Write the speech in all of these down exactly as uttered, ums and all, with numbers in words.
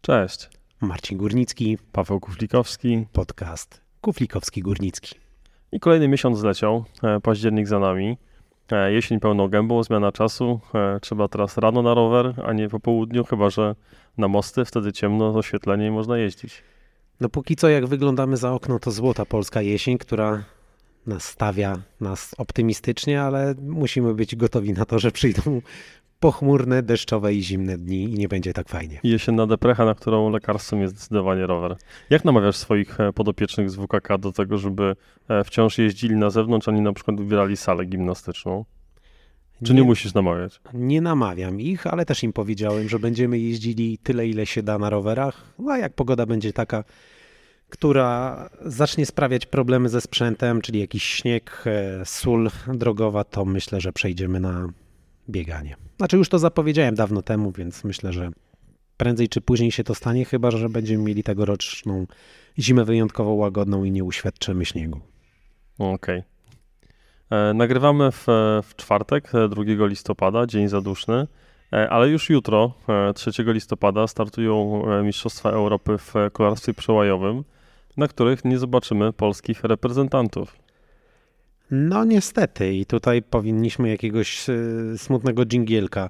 Cześć. Marcin Górnicki. Paweł Kuflikowski. Podcast Kuflikowski-Górnicki. I kolejny miesiąc zleciał. Październik za nami. Jesień pełną gębą, zmiana czasu. Trzeba teraz rano na rower, a nie po południu, chyba że na mosty, wtedy ciemno, oświetlenie i można jeździć. No póki co, jak wyglądamy za okno, to złota polska jesień, która nastawia nas optymistycznie, ale musimy być gotowi na to, że przyjdą pochmurne, deszczowe i zimne dni i nie będzie tak fajnie. Jesienna deprecha, na którą lekarstwem jest zdecydowanie rower. Jak namawiasz swoich podopiecznych z W K K do tego, żeby wciąż jeździli na zewnątrz, a nie na przykład wybierali salę gimnastyczną? Czy nie, nie musisz namawiać? Nie namawiam ich, ale też im powiedziałem, że będziemy jeździli tyle, ile się da na rowerach, a jak pogoda będzie taka, która zacznie sprawiać problemy ze sprzętem, czyli jakiś śnieg, sól drogowa, to myślę, że przejdziemy na bieganie. Znaczy już to zapowiedziałem dawno temu, więc myślę, że prędzej czy później się to stanie, chyba że będziemy mieli tegoroczną zimę wyjątkowo łagodną i nie uświadczymy śniegu. Okej. Okay. Nagrywamy w, w czwartek, drugiego listopada, dzień zaduszny, ale już jutro, trzeciego listopada, startują Mistrzostwa Europy w kolarstwie przełajowym, na których nie zobaczymy polskich reprezentantów. No niestety i tutaj powinniśmy jakiegoś y, smutnego dżingielka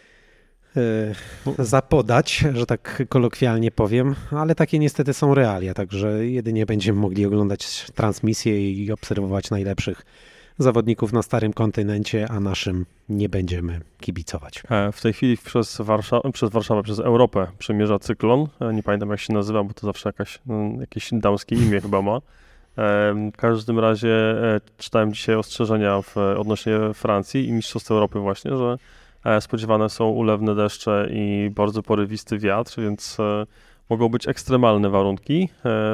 y, zapodać, że tak kolokwialnie powiem, ale takie niestety są realia, także jedynie będziemy mogli oglądać transmisję i obserwować najlepszych zawodników na starym kontynencie, a naszym nie będziemy kibicować. W tej chwili przez, Warsza- przez Warszawę, przez Europę przemierza cyklon, nie pamiętam jak się nazywa, bo to zawsze jakaś, no, jakieś damskie imię chyba ma. W każdym razie czytałem dzisiaj ostrzeżenia w, odnośnie Francji i Mistrzostw Europy właśnie, że spodziewane są ulewne deszcze i bardzo porywisty wiatr, więc mogą być ekstremalne warunki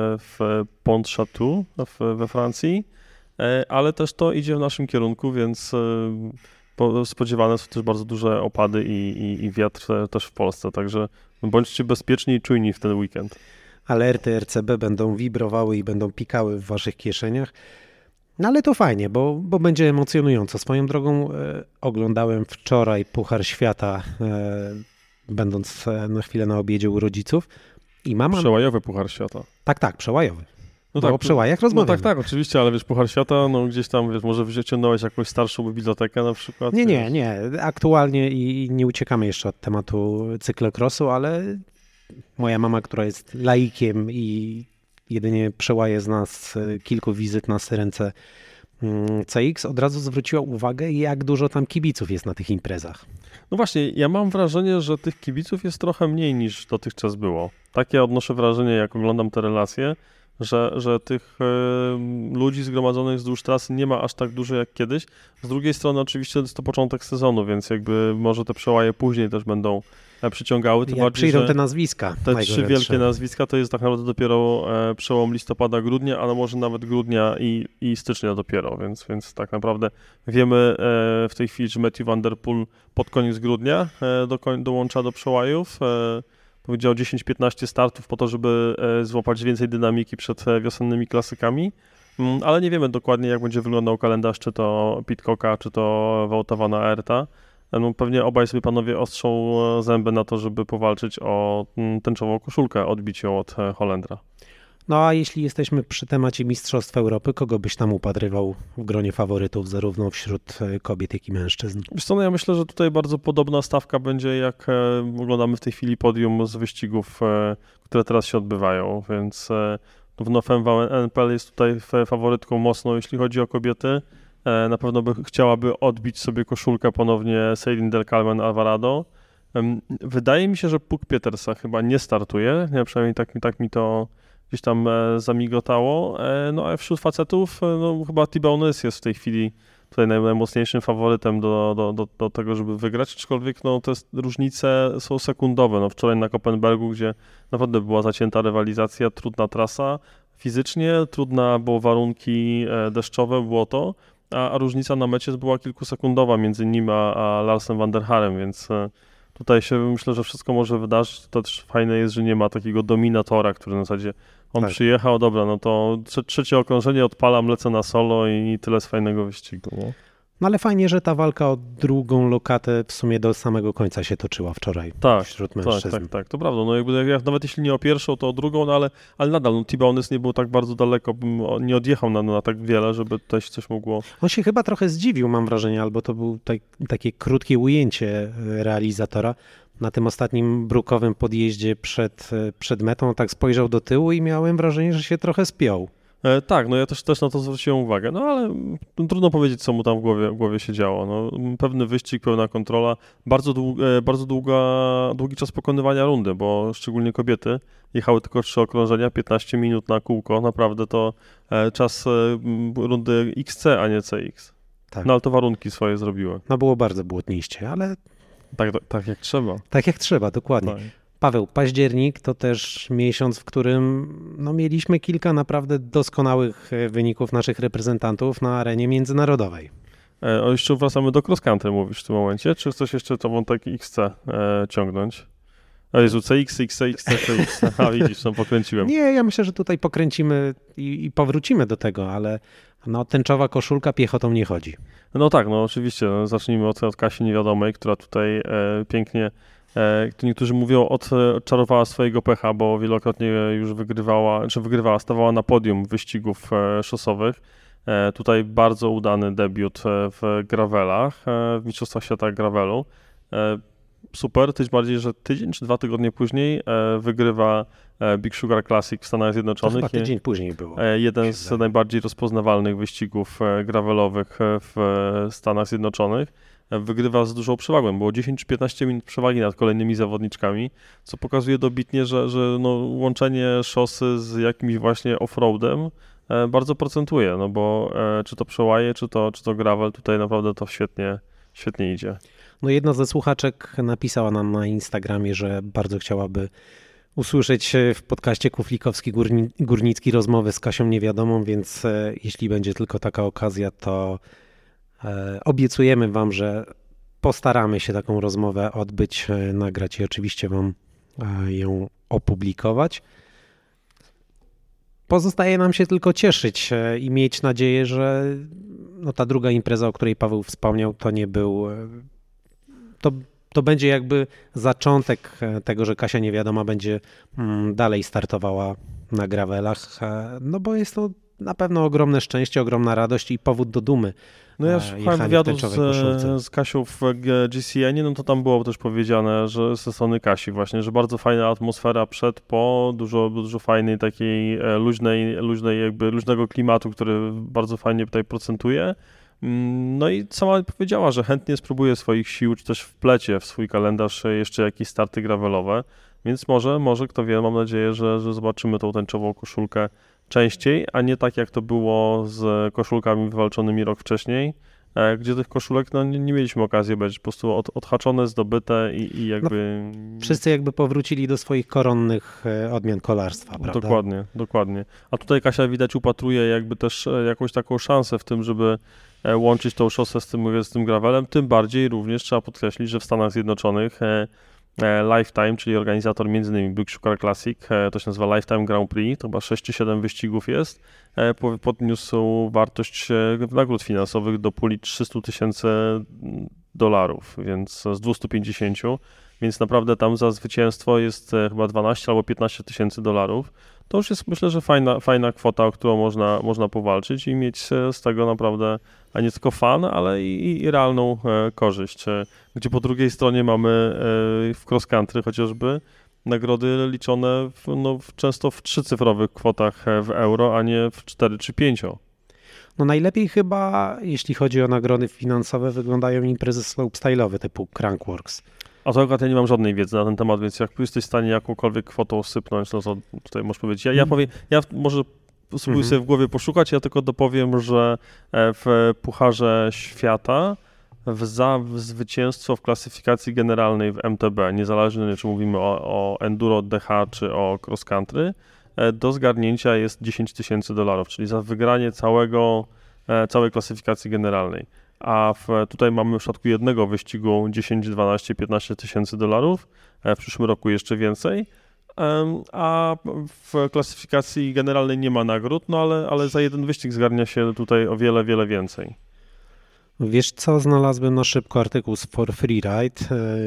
w Pont-Château we Francji, ale też to idzie w naszym kierunku, więc spodziewane są też bardzo duże opady i, i, i wiatr też w Polsce, także bądźcie bezpieczni i czujni w ten weekend. Alerty R C B będą wibrowały i będą pikały w waszych kieszeniach. No ale to fajnie, bo, bo będzie emocjonująco. Swoją drogą e, oglądałem wczoraj Puchar Świata, e, będąc na chwilę na obiedzie u rodziców. I mama... Przełajowy Puchar Świata. Tak, tak, przełajowy. No bo tak, o przełajach rozmawiamy. No tak, tak, oczywiście, ale wiesz, Puchar Świata, no gdzieś tam, wiesz, może wyciągnąłeś jakąś starszą bibliotekę na przykład? Nie, nie, nie. Aktualnie i nie uciekamy jeszcze od tematu cyklokrosu, ale moja mama, która jest laikiem i jedynie przełaje z nas kilku wizyt na Syrence C X, od razu zwróciła uwagę, jak dużo tam kibiców jest na tych imprezach. No właśnie, ja mam wrażenie, że tych kibiców jest trochę mniej niż dotychczas było. Takie odnoszę wrażenie, jak oglądam te relacje, że, że tych y, ludzi zgromadzonych wzdłuż trasy nie ma aż tak dużo jak kiedyś. Z drugiej strony oczywiście jest to początek sezonu, więc jakby może te przełaje później też będą e, przyciągały. Tym jak bardziej, przyjdą że te nazwiska. Te trzy wielkie nazwiska to jest tak naprawdę dopiero e, przełom listopada, grudnia, ale może nawet grudnia i, i stycznia dopiero, więc, więc tak naprawdę wiemy e, w tej chwili, że Matthew Van Der Poel pod koniec grudnia e, do, dołącza do przełajów. E, Powiedział dziesięć piętnaście startów po to, żeby złapać więcej dynamiki przed wiosennymi klasykami, ale nie wiemy dokładnie, jak będzie wyglądał kalendarz, czy to Pidcocka, czy to Wouta van Aerta. No, pewnie obaj sobie panowie ostrzą zęby na to, żeby powalczyć o tęczową koszulkę, odbić ją od Holendra. No a jeśli jesteśmy przy temacie Mistrzostw Europy, kogo byś tam upatrywał w gronie faworytów, zarówno wśród kobiet, jak i mężczyzn? Wiesz co, no ja myślę, że tutaj bardzo podobna stawka będzie, jak e, oglądamy w tej chwili podium z wyścigów, e, które teraz się odbywają, więc e, w Nofem N P L jest tutaj faworytką mocno, jeśli chodzi o kobiety. E, na pewno by chciałaby odbić sobie koszulkę ponownie Ceylin del Carmen Alvarado. E, wydaje mi się, że Puk Pietersa chyba nie startuje, nie, przynajmniej tak, tak mi to gdzieś tam e, zamigotało, e, no a wśród facetów e, no, chyba Thibaut Nys jest w tej chwili tutaj najmocniejszym faworytem do, do, do, do tego, żeby wygrać, aczkolwiek no, te różnice są sekundowe. No, wczoraj na Kopenbergu, gdzie naprawdę była zacięta rywalizacja, trudna trasa fizycznie, trudna, bo warunki e, deszczowe było to, a, a różnica na mecie była kilkusekundowa między nim a, a Larsem van der Harem, więc e, tutaj się myślę, że wszystko może wydarzyć. To też fajne jest, że nie ma takiego dominatora, który na zasadzie on tak. przyjechał, dobra, no to trze- trzecie okrążenie odpalam, lecę na solo i tyle z fajnego wyścigu. Nie? No ale fajnie, że ta walka o drugą lokatę w sumie do samego końca się toczyła wczoraj Tak, wśród tak, mężczyzn. tak, tak, to prawda. No jakby jak, nawet jeśli nie o pierwszą, to o drugą, no ale, ale nadal no, T-Bones nie był tak bardzo daleko, bym nie odjechał na, na tak wiele, żeby tutaj się coś mogło... On się chyba trochę zdziwił, mam wrażenie, albo to był tak, takie krótkie ujęcie realizatora. Na tym ostatnim brukowym podjeździe przed, przed metą tak spojrzał do tyłu i miałem wrażenie, że się trochę spiął. E, tak, no ja też, też na to zwróciłem uwagę, no ale m, trudno powiedzieć, co mu tam w głowie, w głowie się działo. No, m, pewny wyścig, pełna kontrola, bardzo, dług, e, bardzo długa, długi czas pokonywania rundy, bo szczególnie kobiety jechały tylko trzy okrążenia, piętnaście minut na kółko, naprawdę to e, czas e, m, rundy X C, a nie C X. Tak. No ale to warunki swoje zrobiły. No było bardzo błotniście, ale Tak, tak, tak jak trzeba. tak jak trzeba, dokładnie. Tak. Paweł, październik to też miesiąc, w którym no, mieliśmy kilka naprawdę doskonałych e, wyników naszych reprezentantów na arenie międzynarodowej. E, o, jeszcze wracamy do cross country, mówisz w tym momencie, czy chcesz jeszcze to wątek X C e, ciągnąć? O Jezu, C X, X C, X C, C X. A widzisz, no pokręciłem. Nie, ja myślę, że tutaj pokręcimy i, i powrócimy do tego, ale no, tęczowa koszulka piechotą nie chodzi. No tak, no oczywiście. No, zacznijmy od, od Kasi Niewiadomej, która tutaj e, pięknie, e, tu niektórzy mówią, od, odczarowała swojego pecha, bo wielokrotnie już wygrywała, czy wygrywała, stawała na podium wyścigów e, szosowych. E, tutaj bardzo udany debiut e, w gravelach, e, w Mistrzostwach Świata Gravelu. E, super, tym bardziej, że tydzień czy dwa tygodnie później e, wygrywa e, Big Sugar Classic w Stanach To Zjednoczonych. chyba tydzień później było. E, Jeden z wydaje. najbardziej rozpoznawalnych wyścigów e, gravelowych e, w e, Stanach Zjednoczonych. E, Wygrywa z dużą przewagą. Było dziesięć czy piętnaście minut przewagi nad kolejnymi zawodniczkami, co pokazuje dobitnie, że, że no, łączenie szosy z jakimś właśnie offroadem e, bardzo procentuje, no bo e, czy to przełaje, czy to, czy to gravel, tutaj naprawdę to świetnie, świetnie idzie. No jedna ze słuchaczek napisała nam na Instagramie, że bardzo chciałaby usłyszeć w podcaście Kuflikowski-Górnicki rozmowę z Kasią Niewiadomą, więc e, jeśli będzie tylko taka okazja, to e, obiecujemy wam, że postaramy się taką rozmowę odbyć, e, nagrać i oczywiście wam e, ją opublikować. Pozostaje nam się tylko cieszyć e, i mieć nadzieję, że no, ta druga impreza, o której Paweł wspomniał, to nie był... E, to To będzie jakby zaczątek tego, że Kasia Niewiadoma będzie dalej startowała na gravelach, no bo jest to na pewno ogromne szczęście, ogromna radość i powód do dumy. No ja słuchałem wywiadu z, z Kasią w G C N, no to tam było też powiedziane, że ze strony Kasi właśnie, że bardzo fajna atmosfera przed, po, dużo, dużo fajnej takiej luźnej, luźnej jakby luźnego klimatu, który bardzo fajnie tutaj procentuje. No i sama powiedziała, że chętnie spróbuje swoich sił, czy też wplecie w swój kalendarz jeszcze jakieś starty gravelowe, więc może, może kto wie, mam nadzieję, że, że zobaczymy tą tęczową koszulkę częściej, a nie tak jak to było z koszulkami wywalczonymi rok wcześniej, gdzie tych koszulek no, nie, nie mieliśmy okazji być, po prostu od, odhaczone, zdobyte i, i jakby... No, wszyscy jakby powrócili do swoich koronnych odmian kolarstwa, prawda? Dokładnie, dokładnie. A tutaj Kasia widać upatruje jakby też jakąś taką szansę w tym, żeby łączyć tą szosę z tym, z tym gravelem, tym bardziej również trzeba podkreślić, że w Stanach Zjednoczonych e, e, Lifetime, czyli organizator między innymi Big Sugar Classic, e, to się nazywa Lifetime Grand Prix, to chyba sześć czy siedem wyścigów jest, e, podniósł wartość e, nagród finansowych do puli trzysta tysięcy dolarów, więc z dwieście pięćdziesiąt, więc naprawdę tam za zwycięstwo jest e, chyba dwanaście albo piętnaście tysięcy dolarów. To już jest, myślę, że fajna, fajna kwota, o którą można, można powalczyć i mieć z tego naprawdę, a nie tylko fan, ale i, i realną e, korzyść. E, gdzie po drugiej stronie mamy e, w cross country chociażby nagrody liczone w, no, w, często w trzycyfrowych kwotach w euro, a nie w cztery czy pięć. No najlepiej chyba, jeśli chodzi o nagrody finansowe, wyglądają imprezy slopestyle'owe typu Crankworx. A to akurat ja nie mam żadnej wiedzy na ten temat, więc jak jesteś w stanie jakąkolwiek kwotą sypnąć, no to tutaj możesz powiedzieć. Ja, ja powiem, ja może spróbuję Mhm. sobie w głowie poszukać, ja tylko dopowiem, że w Pucharze Świata w za w zwycięstwo w klasyfikacji generalnej w M T B, niezależnie czy mówimy o, o enduro D H czy o cross country, do zgarnięcia jest dziesięć tysięcy dolarów, czyli za wygranie całego, całej klasyfikacji generalnej. A w, tutaj mamy w przypadku jednego wyścigu dziesięć, dwanaście, piętnaście tysięcy dolarów, w przyszłym roku jeszcze więcej, a w klasyfikacji generalnej nie ma nagród, no ale, ale za jeden wyścig zgarnia się tutaj o wiele, wiele więcej. Wiesz co, znalazłem na szybko artykuł z For Freeride.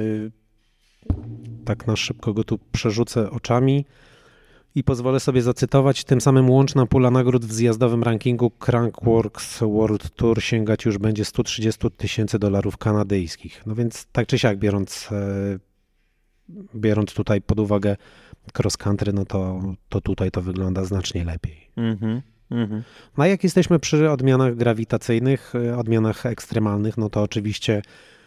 Tak na szybko go tu przerzucę oczami i pozwolę sobie zacytować. Tym samym łączna pula nagród w zjazdowym rankingu Crankworx World Tour sięgać już będzie sto trzydzieści tysięcy dolarów kanadyjskich. No więc tak czy siak, biorąc, biorąc tutaj pod uwagę cross country, no to, to tutaj to wygląda znacznie lepiej. Mhm. Mhm. No a jak jesteśmy przy odmianach grawitacyjnych, odmianach ekstremalnych, no to oczywiście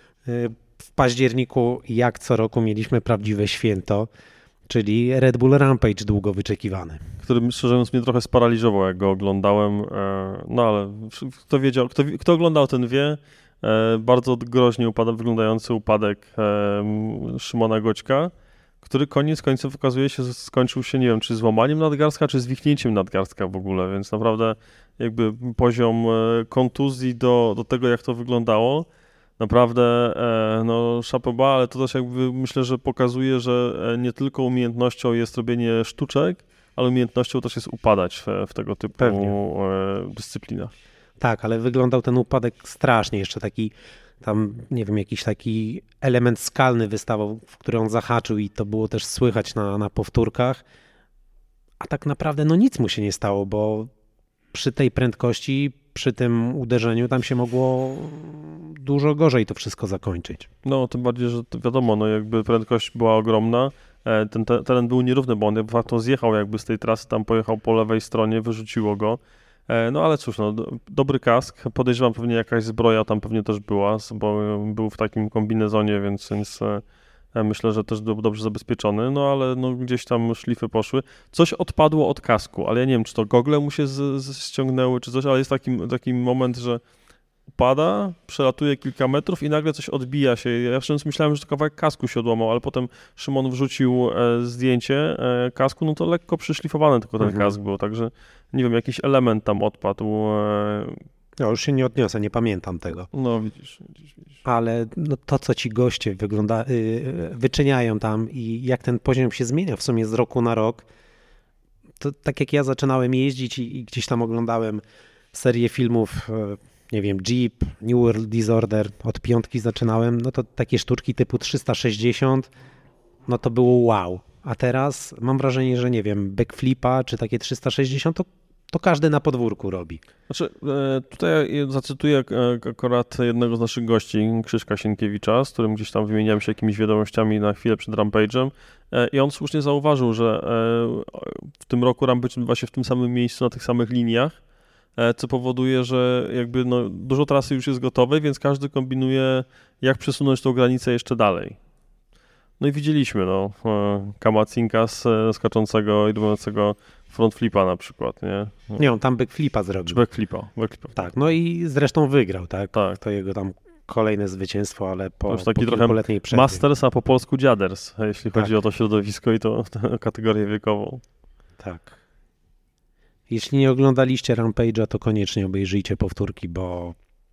w październiku, jak co roku, mieliśmy prawdziwe święto, czyli Red Bull Rampage długo wyczekiwany. Który, szczerze mówiąc, mnie trochę sparaliżował, jak go oglądałem. No ale kto wiedział, kto, kto oglądał, ten wie. Bardzo groźnie upada, wyglądający upadek Szymona Goćka, który koniec końców okazuje się, że skończył się, nie wiem, czy złamaniem nadgarstka, czy zwichnięciem nadgarstka w ogóle, więc naprawdę jakby poziom kontuzji do, do tego, jak to wyglądało, naprawdę no chapeau bas, ale to też jakby myślę, że pokazuje, że nie tylko umiejętnością jest robienie sztuczek, ale umiejętnością też jest upadać w, w tego typu Pewnie. dyscyplinach. Tak, ale wyglądał ten upadek strasznie, jeszcze taki tam, nie wiem, jakiś taki element skalny wystawał, w który on zahaczył i to było też słychać na, na powtórkach, a tak naprawdę no nic mu się nie stało, bo przy tej prędkości, przy tym uderzeniu tam się mogło dużo gorzej to wszystko zakończyć. No, tym bardziej, że to wiadomo, no jakby prędkość była ogromna, ten te, teren był nierówny, bo on de facto zjechał jakby z tej trasy, tam pojechał po lewej stronie, wyrzuciło go. No ale cóż, no, do, dobry kask, podejrzewam pewnie jakaś zbroja tam pewnie też była, bo był w takim kombinezonie, więc, więc myślę, że też był dobrze zabezpieczony, no ale no, gdzieś tam szlify poszły. Coś odpadło od kasku, ale ja nie wiem, czy to gogle mu się z, z ściągnęły, czy coś, ale jest taki, taki moment, że upada, przelatuje kilka metrów i nagle coś odbija się. Ja szczerze myślałem, że to kawałek kasku się odłamał, ale potem Szymon wrzucił e, zdjęcie e, kasku, no to lekko przyszlifowany tylko ten mhm. kask był, także nie wiem, jakiś element tam odpadł. E... No już się nie odniosę, nie pamiętam tego. No widzisz, widzisz, widzisz. Ale no, to, co ci goście wygląda, yy, wyczyniają tam i jak ten poziom się zmienia w sumie z roku na rok, to tak jak ja zaczynałem jeździć i, i gdzieś tam oglądałem serię filmów, yy, nie wiem, Jeep, New World Disorder, od piątki zaczynałem, no to takie sztuczki typu trzysta sześćdziesiąt, no to było wow. A teraz mam wrażenie, że nie wiem, backflipa czy takie trzysta sześćdziesiąt to, to każdy na podwórku robi. Znaczy, tutaj zacytuję akurat jednego z naszych gości, Krzyśka Sienkiewicza, z którym gdzieś tam wymieniałem się jakimiś wiadomościami na chwilę przed Rampage'em i on słusznie zauważył, że w tym roku Rampage odbywa się w tym samym miejscu, na tych samych liniach, co powoduje, że jakby no, dużo trasy już jest gotowej, więc każdy kombinuje, jak przesunąć tą granicę jeszcze dalej. No i widzieliśmy, no, Kamacinka z skaczącego i robiącego front flipa na przykład, nie? Nie, on tam backflipa zrobił. Backflipa, backflipa. Tak, no i zresztą wygrał, tak? Tak. To jego tam kolejne zwycięstwo, ale po, to taki po kilkuletniej przerwie. Masters, a po polsku Dziaders, jeśli tak. chodzi o to środowisko i to, tę kategorię wiekową. Tak. Jeśli nie oglądaliście Rampage'a, to koniecznie obejrzyjcie powtórki, bo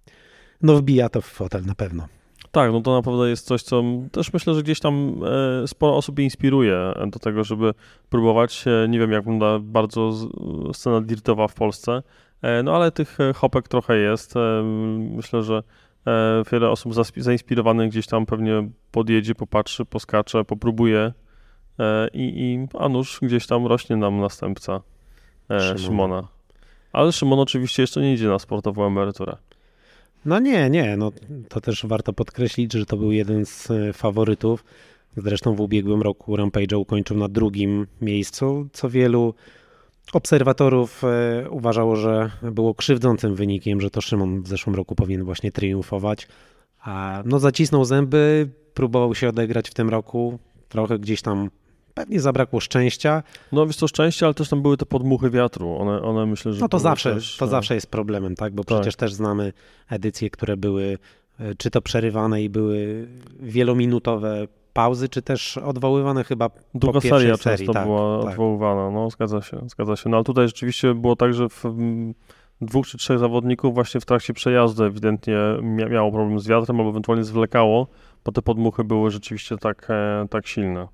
no wbija to w fotel na pewno. Tak, no to naprawdę jest coś, co też myślę, że gdzieś tam e, sporo osób inspiruje do tego, żeby próbować. E, nie wiem, jak wygląda bardzo z, scena dirtowa w Polsce, e, no ale tych hopek trochę jest. E, myślę, że e, wiele osób zainspirowanych gdzieś tam pewnie podjedzie, popatrzy, poskacze, popróbuje e, i, i a nuż gdzieś tam rośnie nam następca e, Szymona. Szymona. Ale Szymon oczywiście jeszcze nie idzie na sportową emeryturę. No nie, nie, no to też warto podkreślić, że to był jeden z faworytów. Zresztą w ubiegłym roku Rampage'a ukończył na drugim miejscu, co wielu obserwatorów e, uważało, że było krzywdzącym wynikiem, że to Szymon w zeszłym roku powinien właśnie triumfować. A no zacisnął zęby, próbował się odegrać w tym roku, trochę gdzieś tam pewnie zabrakło szczęścia. No wiesz co, szczęścia, ale też tam były te podmuchy wiatru. One, one myślę, że... No to zawsze, też, to zawsze jest problemem, tak? Bo tak. przecież też znamy edycje, które były czy to przerywane i były wielominutowe pauzy, czy też odwoływane chyba Długa po pierwszej seria serii. często tak, była tak. odwoływana, no zgadza się, zgadza się. No ale tutaj rzeczywiście było tak, że w dwóch czy trzech zawodników właśnie w trakcie przejazdu ewidentnie miało problem z wiatrem albo ewentualnie zwlekało, bo te podmuchy były rzeczywiście tak, tak silne.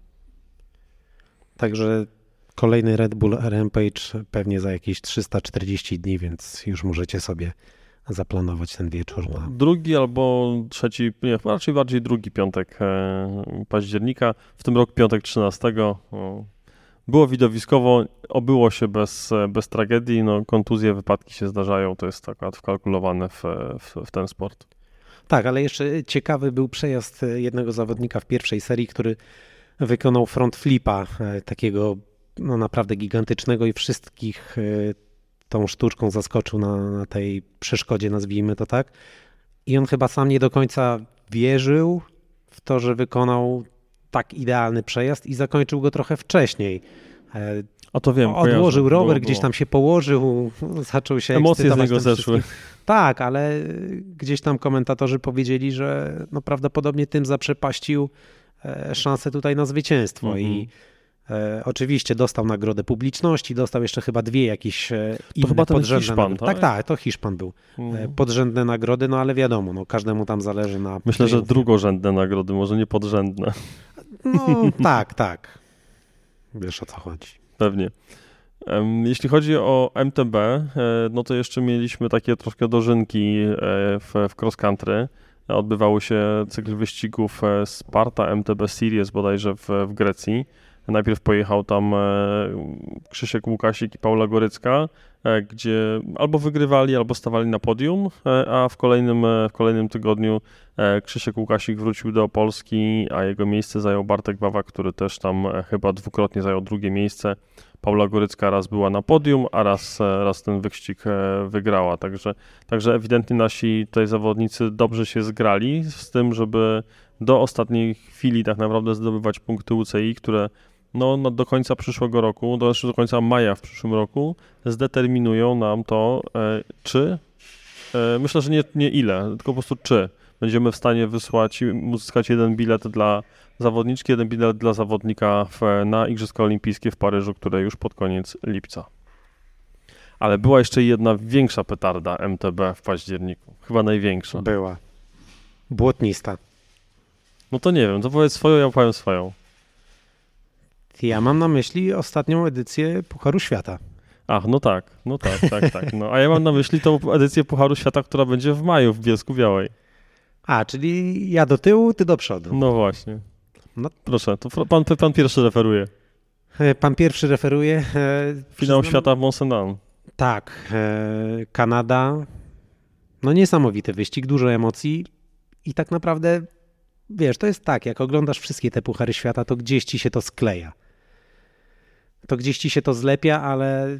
Także kolejny Red Bull Rampage pewnie za jakieś trzysta czterdzieści dni, więc już możecie sobie zaplanować ten wieczór. Na... Drugi albo trzeci, nie, raczej bardziej drugi piątek e, października, w tym roku piątek trzynastego. O, było widowiskowo, obyło się bez, bez tragedii, no kontuzje, wypadki się zdarzają, to jest akurat wkalkulowane w, w, w ten sport. Tak, ale jeszcze ciekawy był przejazd jednego zawodnika w pierwszej serii, który wykonał front flipa, takiego no naprawdę gigantycznego i wszystkich tą sztuczką zaskoczył na, na tej przeszkodzie, nazwijmy to tak. I on chyba sam nie do końca wierzył w to, że wykonał tak idealny przejazd i zakończył go trochę wcześniej. A to wiem, Odłożył kojarzę. rower, było, gdzieś było. tam się położył, zaczął się Emocje z ekscytować niego tym zeszły. wszystkim. Tak, ale gdzieś tam komentatorzy powiedzieli, że no prawdopodobnie tym zaprzepaścił e, szansę tutaj na zwycięstwo Mhm. i e, oczywiście dostał nagrodę publiczności, dostał jeszcze chyba dwie jakieś e, inne chyba ten podrzędne Hiszpan, nagrody. tak? Tak, tak, to Hiszpan był. E, Mhm. podrzędne nagrody, no ale wiadomo, no każdemu tam zależy na... Myślę, że triumfie. drugorzędne nagrody, może nie podrzędne. No tak, tak. Wiesz o co chodzi. Pewnie. Em, Jeśli chodzi o M T B, e, no to jeszcze mieliśmy takie troszkę dożynki e, w, w cross country. Odbywało się cykl wyścigów e, Sparta M T B Series bodajże w, w Grecji. Najpierw pojechał tam e, Krzysiek Łukasik i Paula Gorycka, e, gdzie albo wygrywali, albo stawali na podium, e, a w kolejnym, e, w kolejnym tygodniu e, Krzysiek Łukasik wrócił do Polski, a jego miejsce zajął Bartek Bawa, który też tam e, chyba dwukrotnie zajął drugie miejsce. Paula Gorycka raz była na podium, a raz, e, raz ten wyścig e, wygrała. Także, także ewidentnie nasi tutaj zawodnicy dobrze się zgrali z tym, żeby do ostatniej chwili tak naprawdę zdobywać punkty U C I, które no, no do końca przyszłego roku, do, do końca maja w przyszłym roku zdeterminują nam to, e, czy, e, myślę, że nie, nie ile, tylko po prostu czy będziemy w stanie wysłać i uzyskać jeden bilet dla zawodniczki, jeden bilet dla zawodnika w, na Igrzyska Olimpijskie w Paryżu, które już pod koniec lipca. Ale była jeszcze jedna większa petarda M T B w październiku, chyba największa. Była. Błotnista. No to nie wiem, to powiedz swoją, ja powiem swoją. Ja mam na myśli ostatnią edycję Pucharu Świata. Ach, no tak, no tak, tak, tak. No, a ja mam na myśli tą edycję Pucharu Świata, która będzie w maju w Bielsku-Białej. A, czyli ja do tyłu, ty do przodu. No właśnie. No. Proszę, to fr- pan, pan pierwszy referuje. E, Pan pierwszy referuje. e, Finał przyznam- świata w Mont-Saint-Anne. Tak. e, Kanada. No niesamowity wyścig, dużo emocji i tak naprawdę, wiesz, to jest tak, jak oglądasz wszystkie te Puchary Świata, to gdzieś ci się to skleja. To gdzieś ci się to zlepia, ale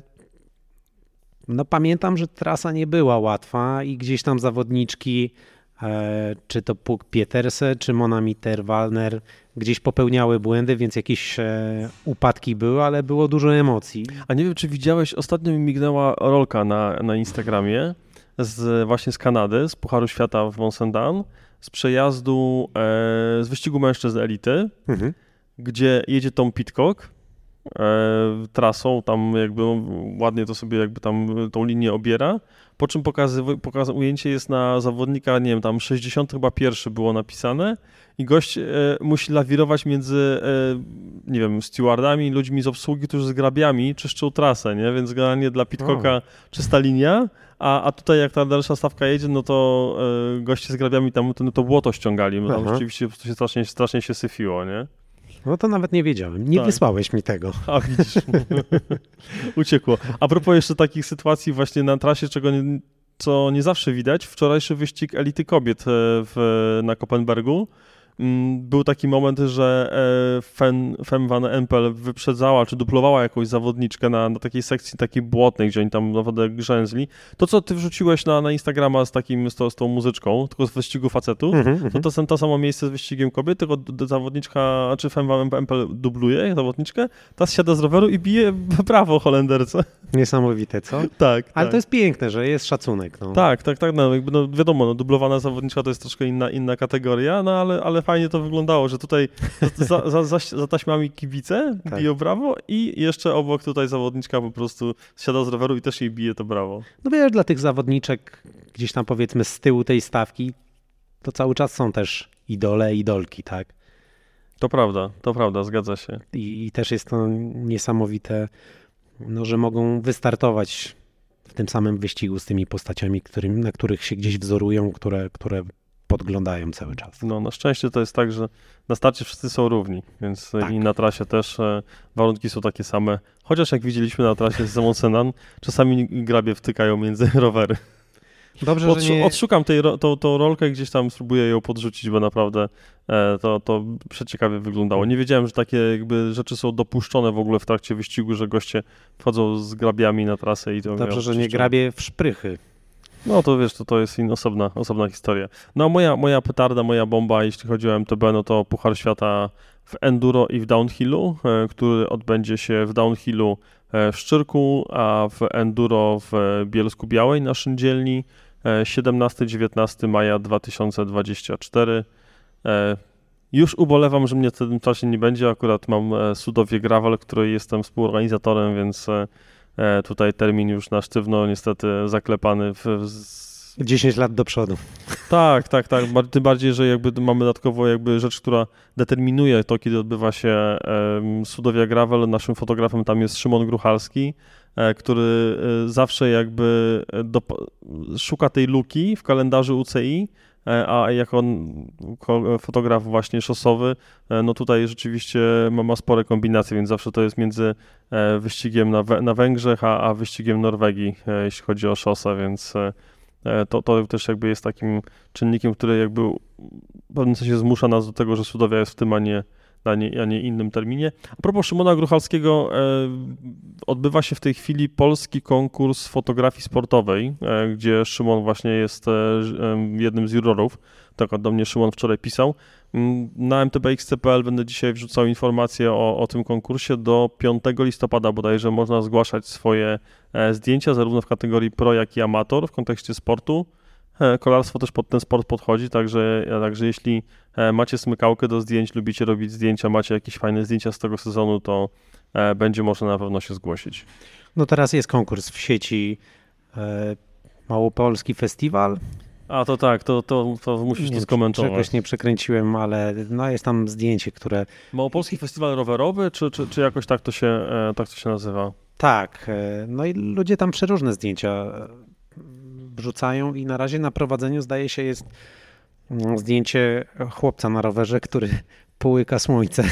no pamiętam, że trasa nie była łatwa i gdzieś tam zawodniczki, e, czy to Puk Pieterse, czy Mona Mitter-Wallner, gdzieś popełniały błędy, więc jakieś e, upadki były, ale było dużo emocji. A nie wiem, czy widziałeś, ostatnio mi mignęła rolka na, na Instagramie z, właśnie z Kanady, z Pucharu Świata w Mont-Saint-Anne, z przejazdu, e, z wyścigu mężczyzn elity, Mhm. gdzie jedzie Tom Pidcock e, trasą, tam jakby no, ładnie to sobie jakby tam tą linię obiera, po czym pokazy, pokaz, ujęcie jest na zawodnika, nie wiem, tam sześćdziesiąty chyba pierwszy było napisane i gość e, musi lawirować między, e, nie wiem, stewardami, ludźmi z obsługi, którzy z grabiami czyszczą trasę, nie? Więc generalnie dla Pidcocka O. czysta linia, a, a tutaj jak ta dalsza stawka jedzie, no to e, goście z grabiami tam to, to błoto ściągali, bo tam Aha. rzeczywiście po prostu się strasznie, strasznie się syfiło, nie? No to nawet nie wiedziałem. Nie Tak. wysłałeś mi tego. A widzisz, uciekło. A propos jeszcze takich sytuacji właśnie na trasie, czego nie, co nie zawsze widać, wczorajszy wyścig elity kobiet e, w, na Koppenbergu. Mm, Był taki moment, że e, Fen, Fem van Empel wyprzedzała, czy duplowała jakąś zawodniczkę na, na takiej sekcji takiej błotnej, gdzie oni tam naprawdę grzęzli. To, co ty wrzuciłeś na, na Instagrama z takim, z, to, z tą muzyczką, tylko z wyścigu facetów, Mhm, to mhm. to są to samo miejsce z wyścigiem kobiet, tylko d- d- zawodniczka, czy Fem van Empel dubluje zawodniczkę, ta siada z roweru i bije brawo Holenderce. Niesamowite, co? Tak, Ale tak. to jest piękne, że jest szacunek. No. Tak, tak, tak, no, jakby, no wiadomo, no, dublowana zawodniczka to jest troszkę inna, inna kategoria, no ale, ale fajnie to wyglądało, że tutaj za, za, za, za taśmami kibice Tak. biją brawo i jeszcze obok tutaj zawodniczka po prostu siada z roweru i też jej bije to brawo. No wiesz, dla tych zawodniczek gdzieś tam powiedzmy z tyłu tej stawki, to cały czas są też idole, idolki, tak? To prawda, to prawda, zgadza się. I, i też jest to niesamowite, no, że mogą wystartować w tym samym wyścigu z tymi postaciami, którym, na których się gdzieś wzorują, które, które podglądają cały czas. No na szczęście to jest tak, że na starcie wszyscy są równi, więc Tak. i na trasie też e, warunki są takie same. Chociaż jak widzieliśmy na trasie z Zemonsenan, czasami grabie wtykają między rowery. Dobrze, Odszu- że nie... Odszukam tej, ro- tą, tą rolkę i gdzieś tam spróbuję ją podrzucić, bo naprawdę e, to, to przeciekawie wyglądało. Nie wiedziałem, że takie jakby rzeczy są dopuszczone w ogóle w trakcie wyścigu, że goście wchodzą z grabiami na trasę i to... Dobrze, że nie oczywiście- grabie w szprychy. No to wiesz, to, to jest in, osobna, osobna historia. No a moja, moja petarda, moja bomba, jeśli chodzi o M T B, no to Puchar Świata w enduro i w downhillu, e, który odbędzie się w downhillu e, w Szczyrku, a w enduro w Bielsku Białej na Szyndzielni e, siedemnastego dziewiętnastego maja dwa tysiące dwudziestego czwartego. E, już ubolewam, że mnie w tym czasie nie będzie, akurat mam e, Sudowie Gravel, której jestem współorganizatorem, więc e, e, tutaj termin już na sztywno niestety zaklepany w, w z... dziesięć lat do przodu. Tak, tak, tak. Bar- Tym bardziej, że jakby mamy dodatkowo jakby rzecz, która determinuje to, kiedy odbywa się em, Sudowia Gravel. Naszym fotografem tam jest Szymon Gruchalski, e, który e, zawsze jakby e, dop- szuka tej luki w kalendarzu U C I, e, a jako on, ko- fotograf właśnie szosowy, e, no tutaj rzeczywiście ma, ma spore kombinacje, więc zawsze to jest między e, wyścigiem na, Wę- na Węgrzech, a, a wyścigiem Norwegii, e, jeśli chodzi o szosę, więc e, To, to też jakby jest takim czynnikiem, który jakby w pewnym sensie zmusza nas do tego, że Sudowia jest w tym, a nie, a nie, a nie innym terminie. A propos Szymona Gruchalskiego, e, odbywa się w tej chwili polski konkurs fotografii sportowej, e, gdzie Szymon właśnie jest e, jednym z jurorów. Tak do mnie Szymon wczoraj pisał. Na m t b x c kropka p l będę dzisiaj wrzucał informacje o, o tym konkursie. Do piątego listopada bodajże można zgłaszać swoje e, zdjęcia, zarówno w kategorii pro, jak i amator w kontekście sportu. E, kolarstwo też pod ten sport podchodzi, także, e, także jeśli e, macie smykałkę do zdjęć, lubicie robić zdjęcia, macie jakieś fajne zdjęcia z tego sezonu, to e, będzie można na pewno się zgłosić. No teraz jest konkurs w sieci e, Małopolski Festiwal. A to tak, to, to, to musisz Nie to wiem, skomentować. Czegoś nie przekręciłem, ale no jest tam zdjęcie, które... Małopolski Festiwal Rowerowy, czy, czy, czy jakoś tak to się, e, tak to się nazywa? Tak, e, no i ludzie tam przeróżne zdjęcia e, wrzucają i na razie na prowadzeniu zdaje się jest mm, zdjęcie chłopca na rowerze, który połyka słońce.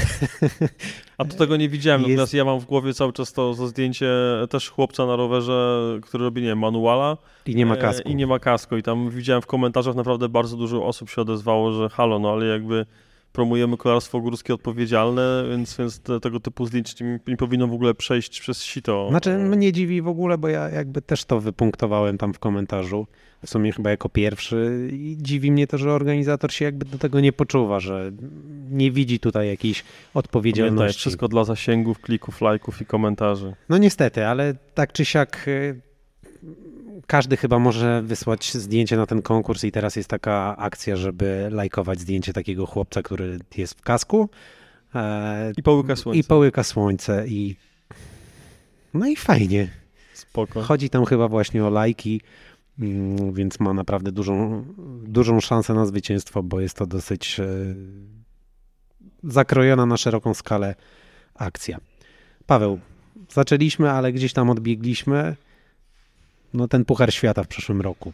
A to tego nie widziałem, Jest- natomiast ja mam w głowie cały czas to, to zdjęcie też chłopca na rowerze, który robi, nie wiem, manuala. I nie ma e, kasku. I nie ma kasku. I tam widziałem w komentarzach naprawdę bardzo dużo osób się odezwało, że halo, no ale jakby promujemy kolarstwo górskie odpowiedzialne, więc, więc te, tego typu zdjęć nie, nie powinno w ogóle przejść przez sito. Znaczy mnie dziwi w ogóle, bo ja jakby też to wypunktowałem tam w komentarzu, w sumie chyba jako pierwszy i dziwi mnie to, że organizator się jakby do tego nie poczuwa, że nie widzi tutaj jakiejś Pamiętaj, odpowiedzialności. wszystko dla zasięgów, klików, lajków i komentarzy. No niestety, ale tak czy siak y, każdy chyba może wysłać zdjęcie na ten konkurs i teraz jest taka akcja, żeby lajkować zdjęcie takiego chłopca, który jest w kasku e, I połyka słońce. i połyka słońce i no i fajnie. Spoko. Chodzi tam chyba właśnie o lajki, mm, więc ma naprawdę dużą, dużą szansę na zwycięstwo, bo jest to dosyć e, zakrojona na szeroką skalę akcja. Paweł, zaczęliśmy, ale gdzieś tam odbiegliśmy. No ten Puchar Świata w przyszłym roku.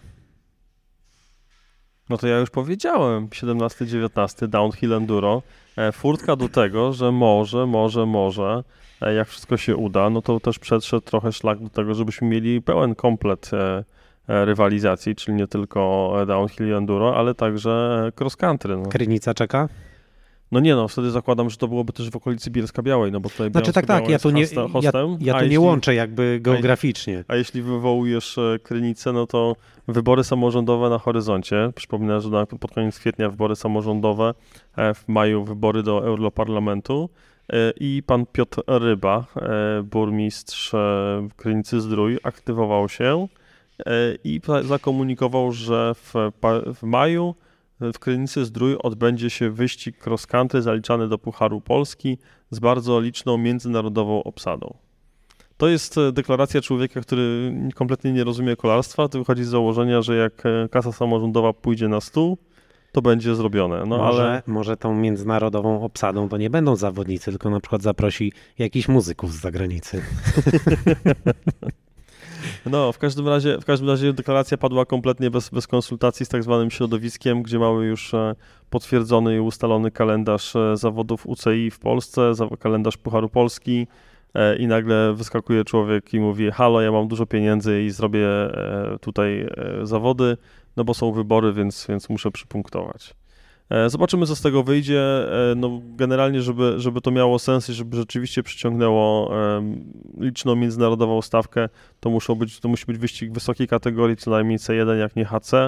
No to ja już powiedziałem, siedemnasty dziewiętnasty downhill enduro. E, Furtka do tego, że może, może, może, e, jak wszystko się uda, no to też przedszedł trochę szlak do tego, żebyśmy mieli pełen komplet e, e, rywalizacji, czyli nie tylko e, downhill i enduro, ale także e, cross country. No. Krynica czeka? no nie no, wtedy zakładam, że to byłoby też w okolicy Bielska Białej, no bo tutaj Znaczy tak, tak, ja tu nie, ja, hostem, ja a tu nie jeśli- łączę jakby geograficznie. A jeśli wywołujesz e, Krynicę, no to wybory samorządowe na horyzoncie. Przypominam, że na, pod koniec kwietnia wybory samorządowe, e, w maju wybory do Europarlamentu e, i pan Piotr Ryba, e, burmistrz e, Krynicy Zdrój, aktywował się e, i pa- zakomunikował, że w, pa- w maju w Krynicy Zdrój odbędzie się wyścig cross country zaliczany do Pucharu Polski z bardzo liczną międzynarodową obsadą. To jest e, deklaracja człowieka, który kompletnie nie rozumie kolarstwa. To wychodzi z założenia, że jak e, kasa samorządowa pójdzie na stół, to będzie zrobione. No może, ale może tą międzynarodową obsadą to nie będą zawodnicy, tylko na przykład zaprosi jakichś muzyków z zagranicy. No, w każdym razie, w każdym razie deklaracja padła kompletnie bez, bez konsultacji z tak zwanym środowiskiem, gdzie mamy już potwierdzony i ustalony kalendarz zawodów U C I w Polsce, kalendarz Pucharu Polski i nagle wyskakuje człowiek i mówi: halo, ja mam dużo pieniędzy i zrobię tutaj zawody, no bo są wybory, więc, więc muszę przypunktować. Zobaczymy, co z tego wyjdzie. No, generalnie, żeby, żeby to miało sens i żeby rzeczywiście przyciągnęło liczną międzynarodową stawkę, to, muszą być, to musi być wyścig wysokiej kategorii, co najmniej C jeden, jak nie H C.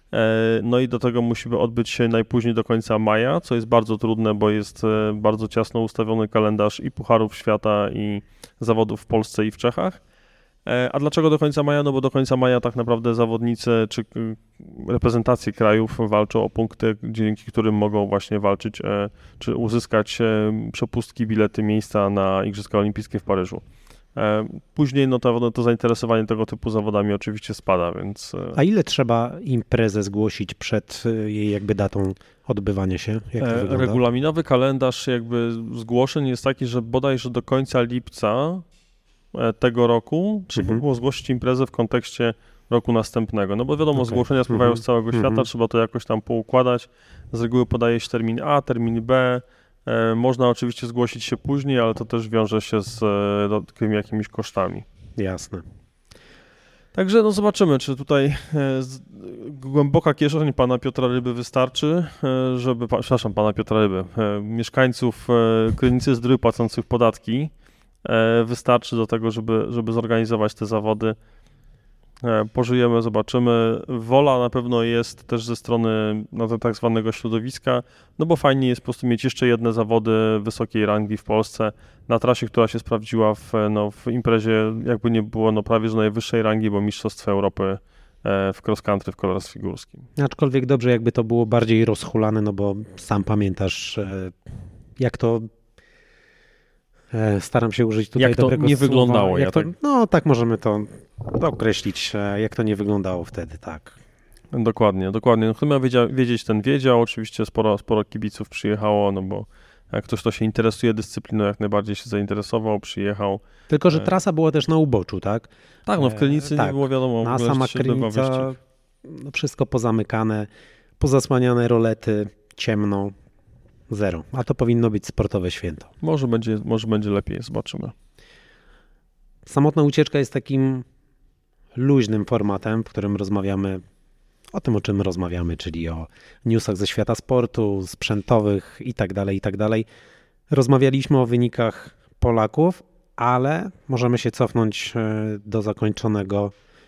No i do tego musimy odbyć się najpóźniej do końca maja, co jest bardzo trudne, bo jest bardzo ciasno ustawiony kalendarz i Pucharów Świata, i zawodów w Polsce i w Czechach. A dlaczego do końca maja? No bo do końca maja tak naprawdę zawodnicy czy reprezentacje krajów walczą o punkty, dzięki którym mogą właśnie walczyć czy uzyskać przepustki, bilety, miejsca na Igrzyska Olimpijskie w Paryżu. Później no to, to zainteresowanie tego typu zawodami oczywiście spada, więc... A ile trzeba imprezę zgłosić przed jej jakby datą odbywania się? Jak to wygląda? Regulaminowy kalendarz jakby zgłoszeń jest taki, że bodajże do końca lipca tego roku trzeba mhm. było zgłosić imprezę w kontekście roku następnego, no bo wiadomo, okay. zgłoszenia spływają mhm. z całego świata, mhm. trzeba to jakoś tam poukładać. Z reguły podaje się termin A, termin B, e, można oczywiście zgłosić się później, ale to też wiąże się z dodatkowymi jakimiś kosztami. Jasne. Także no zobaczymy, czy tutaj e, z, głęboka kieszeń pana Piotra Ryby wystarczy, e, żeby, pa, przepraszam, pana Piotra Ryby, e, mieszkańców e, Krynicy Zdrój płacących podatki, wystarczy do tego, żeby, żeby zorganizować te zawody. Pożyjemy, zobaczymy. Wola na pewno jest też ze strony no, tak zwanego środowiska, no bo fajnie jest po prostu mieć jeszcze jedne zawody wysokiej rangi w Polsce na trasie, która się sprawdziła w, no, w imprezie, jakby nie było, no prawie że najwyższej rangi, bo Mistrzostwa Europy w cross country w kolarstwie górskim. Aczkolwiek dobrze, jakby to było bardziej rozhulane, no bo sam pamiętasz, jak to Staram się użyć tutaj jak to dobrego nie słowa. wyglądało. Jak ja to, tak... No tak możemy to określić, jak to nie wyglądało wtedy, tak. Dokładnie, dokładnie. No, kto miał wiedzieć, ten wiedział. Oczywiście sporo, sporo kibiców przyjechało, no bo jak ktoś, kto się interesuje dyscypliną, jak najbardziej się zainteresował, przyjechał. Tylko, że trasa była też na uboczu, tak? Tak, no w Krynicy e, tak. nie było wiadomo. Na sama Krynica, no, wszystko pozamykane, pozasłaniane rolety, ciemno. Zero. A to powinno być sportowe święto. Może będzie, może będzie lepiej, zobaczymy. Samotna ucieczka jest takim luźnym formatem, w którym rozmawiamy o tym, o czym rozmawiamy, czyli o newsach ze świata sportu, sprzętowych i tak dalej, i tak dalej. Rozmawialiśmy o wynikach Polaków, ale możemy się cofnąć do zakończonego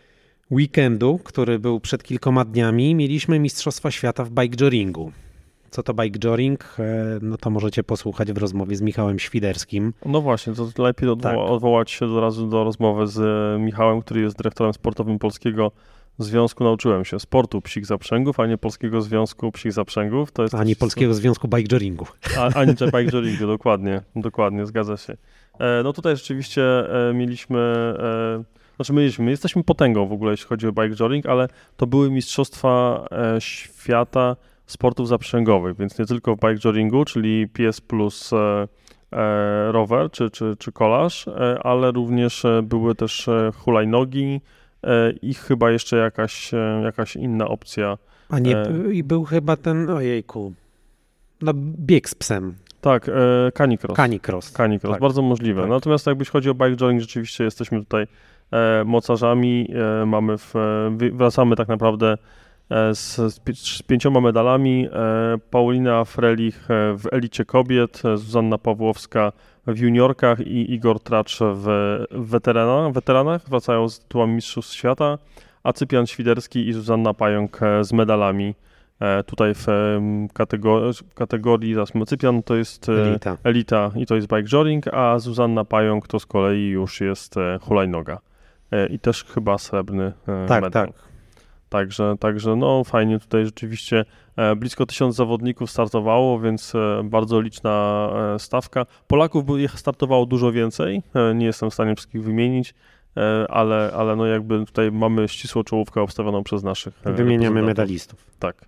weekendu, który był przed kilkoma dniami. Mieliśmy Mistrzostwa Świata w bikejoringu. Co to bikejoring? No to możecie posłuchać w rozmowie z Michałem Świderskim. No właśnie, to lepiej odwoła- tak. odwołać się od razu do rozmowy z Michałem, który jest dyrektorem sportowym Polskiego Związku. Nauczyłem się sportu psich zaprzęgów, a nie Polskiego Związku Psich Zaprzęgów. To jest ani Polskiego co... Związku bikejoringu. A, ani bikejoringu, dokładnie, dokładnie, zgadza się. E, no tutaj rzeczywiście e, mieliśmy... E, Znaczy my, my jesteśmy potęgą w ogóle, jeśli chodzi o bikejoring, ale to były Mistrzostwa e, Świata sportów zaprzęgowych, więc nie tylko w bikejoringu, czyli pies plus e, e, rower czy, czy, czy kolarz, e, ale również e, były też e, hulajnogi e, i chyba jeszcze jakaś, e, jakaś inna opcja. A nie, e, i był chyba ten, ojejku, no bieg z psem. Tak, e, canicross. Canicross. Canicross, tak. Bardzo możliwe. Tak. Natomiast jakbyś chodzi o bikejoring, rzeczywiście jesteśmy tutaj e, mocarzami, e, mamy w, e, wracamy tak naprawdę Z, z pięcioma medalami. Paulina Frelich w elicie kobiet, Zuzanna Pawłowska w juniorkach i Igor Tracz w weteranach, weteranach wracają z tytułami Mistrzostw Świata, a Cyprian Świderski i Zuzanna Pająk z medalami tutaj w kategorii, kategorii Cyprian to jest elita. elita i to jest bikejoring, a Zuzanna Pająk to z kolei już jest hulajnoga i też chyba srebrny tak, medal. Tak. Także, także no fajnie tutaj rzeczywiście e, blisko tysiąc zawodników startowało, więc e, bardzo liczna e, stawka. Polaków startowało dużo więcej, e, nie jestem w stanie wszystkich wymienić, e, ale, ale no jakby tutaj mamy ścisłą czołówkę obstawioną przez naszych e, Wymieniamy medalistów. Tak.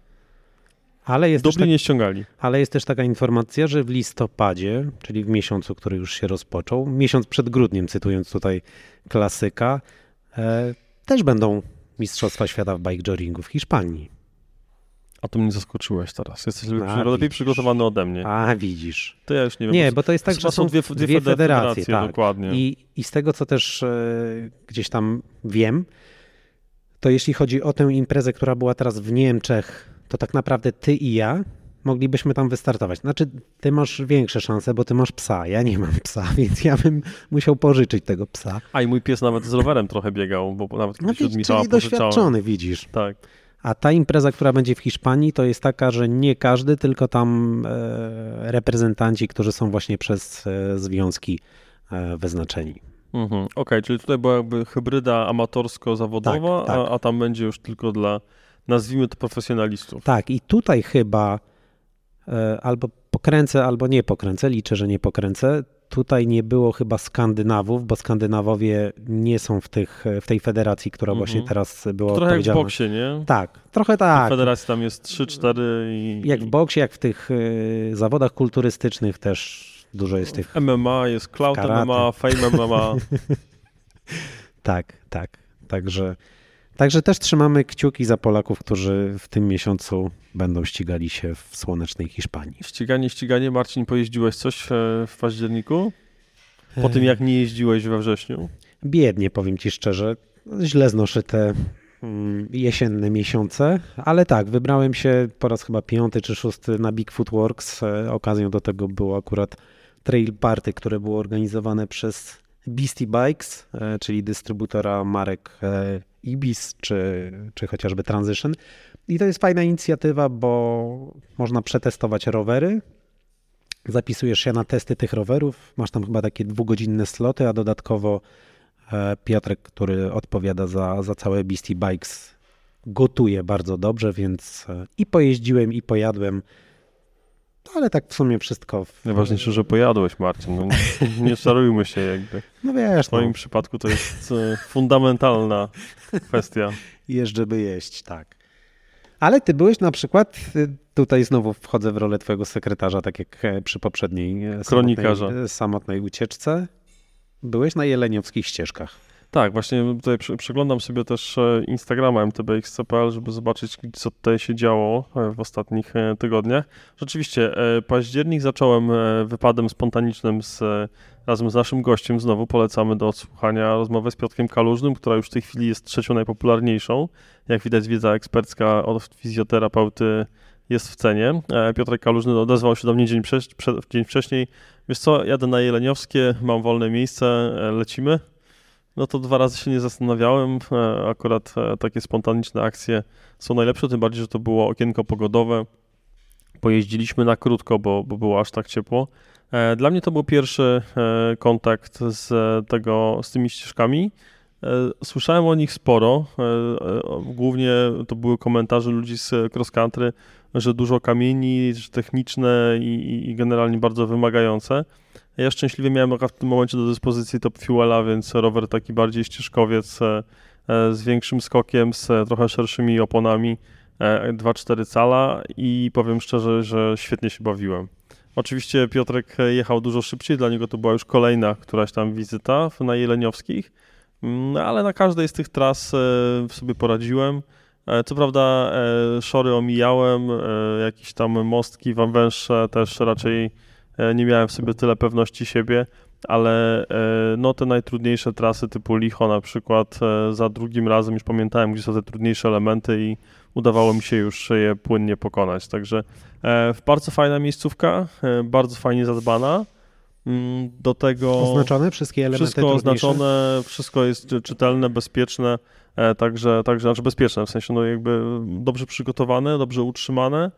Ale jest, Dubli tak, nie ściągali. Ale jest też taka informacja, że w listopadzie, czyli w miesiącu, który już się rozpoczął, miesiąc przed grudniem, cytując tutaj klasyka, e, też będą Mistrzostwa Świata w bikejoringu w Hiszpanii. A to mnie zaskoczyłeś teraz. Jesteś A, lepiej widzisz. przygotowany ode mnie. A, widzisz. To ja już nie wiem. Nie, bo to jest tak, chyba że są dwie, dwie, dwie federacje, federacje tak. dokładnie. I, I z tego, co też e, gdzieś tam wiem, to jeśli chodzi o tę imprezę, która była teraz w Niemczech, to tak naprawdę ty i ja moglibyśmy tam wystartować. Znaczy, ty masz większe szanse, bo ty masz psa, ja nie mam psa, więc ja bym musiał pożyczyć tego psa. A i mój pies nawet z rowerem trochę biegał, bo nawet No kiedyś od widzisz, Michała czyli pożyczałem. doświadczony, widzisz. Tak. A ta impreza, która będzie w Hiszpanii, to jest taka, że nie każdy, tylko tam e, reprezentanci, którzy są właśnie przez e, związki e, wyznaczeni. Mhm. Okej, okay, czyli tutaj była jakby hybryda amatorsko-zawodowa, Tak, tak. A, a tam będzie już tylko dla, nazwijmy to, profesjonalistów. Tak, i tutaj chyba e, albo pokręcę, albo nie pokręcę, liczę, że nie pokręcę. Tutaj nie było chyba Skandynawów, bo Skandynawowie nie są w, tych, w tej federacji, która Mhm. właśnie teraz była Trochę jak w odpowiedzialna. boksie, nie? Tak, trochę W tak. federacji tam jest trzy cztery i... Jak w boksie, jak w tych e, zawodach kulturystycznych też dużo jest tych. M M A, jest Cloud karate. M M A, Fame M M A. Tak, tak. Także, także też trzymamy kciuki za Polaków, którzy w tym miesiącu będą ścigali się w słonecznej Hiszpanii. Ściganie, ściganie. Marcin, pojeździłeś coś e, w październiku? Po tym, jak nie jeździłeś we wrześniu? Biednie, powiem ci szczerze. Źle znoszę te mm, jesienne miesiące, ale tak, wybrałem się po raz chyba piąty czy szósty na Bigfoot Works. E, Okazją do tego było akurat trail party, które było organizowane przez Beastie Bikes, e, czyli dystrybutora marek e, Ibis czy, czy chociażby Transition. I to jest fajna inicjatywa, bo można przetestować rowery. Zapisujesz się na testy tych rowerów, masz tam chyba takie dwugodzinne sloty, a dodatkowo e, Piotrek, który odpowiada za, za całe Beastie Bikes, gotuje bardzo dobrze, więc e, i pojeździłem, i pojadłem, ale tak w sumie wszystko. W, Najważniejsze, że pojadłeś, Marcin. No, nie czarujmy się jakby. no wiesz, W moim no, przypadku to jest e, fundamentalna kwestia. jeżdżę by jeść, tak. Ale ty byłeś na przykład, y, tutaj znowu wchodzę w rolę twojego sekretarza, tak jak e, przy poprzedniej e, Kronikarza. samotnej, e, samotnej ucieczce. Byłeś na jeleniowskich ścieżkach. Tak, właśnie tutaj przy- przeglądam sobie też e, Instagrama M T B X kropka C P L, żeby zobaczyć, co tutaj się działo e, w ostatnich e, tygodniach. Rzeczywiście, e, październik zacząłem e, wypadem spontanicznym z, e, razem z naszym gościem. Znowu polecamy do odsłuchania rozmowę z Piotrkiem Kalużnym, która już w tej chwili jest trzecią najpopularniejszą. Jak widać, wiedza ekspercka od fizjoterapeuty jest w cenie. E, Piotrek Kalużny odezwał się do mnie dzień, prze, prze, dzień wcześniej. Wiesz co, jadę na Jeleniowskie, mam wolne miejsce, e, lecimy. No to dwa razy się nie zastanawiałem. E, Akurat e, takie spontaniczne akcje są najlepsze, tym bardziej, że to było okienko pogodowe. Pojeździliśmy na krótko, bo, bo było aż tak ciepło. E, Dla mnie to był pierwszy e, kontakt z, tego, z tymi ścieżkami. E, Słyszałem o nich sporo. E, e, Głównie to były komentarze ludzi z cross country, że dużo kamieni, że techniczne i, i- i generalnie bardzo wymagające. Ja szczęśliwie miałem akurat w tym momencie do dyspozycji Top Fuela, więc rower taki bardziej ścieżkowiec e, e, z większym skokiem, z e, trochę szerszymi oponami, e, dwa przecinek cztery cala i powiem szczerze, że świetnie się bawiłem. Oczywiście Piotrek jechał dużo szybciej, dla niego to była już kolejna któraś tam wizyta w- na Jeleniowskich, mm, ale na każdej z tych tras e, sobie poradziłem. E, Co prawda e, szory omijałem, e, jakieś tam mostki wam węższe też raczej e, nie miałem w sobie tyle pewności siebie, ale e, no te najtrudniejsze trasy typu Licho na przykład e, za drugim razem już pamiętałem, gdzie są te trudniejsze elementy i udawało mi się już je płynnie pokonać. Także e, bardzo fajna miejscówka, e, bardzo fajnie zadbana. Mm, Do tego Oznaczone wszystkie elementy wszystko trudniejsze? oznaczone, wszystko jest czy- czytelne, bezpieczne, e, także, także znaczy bezpieczne, w sensie no jakby dobrze przygotowane, dobrze utrzymane.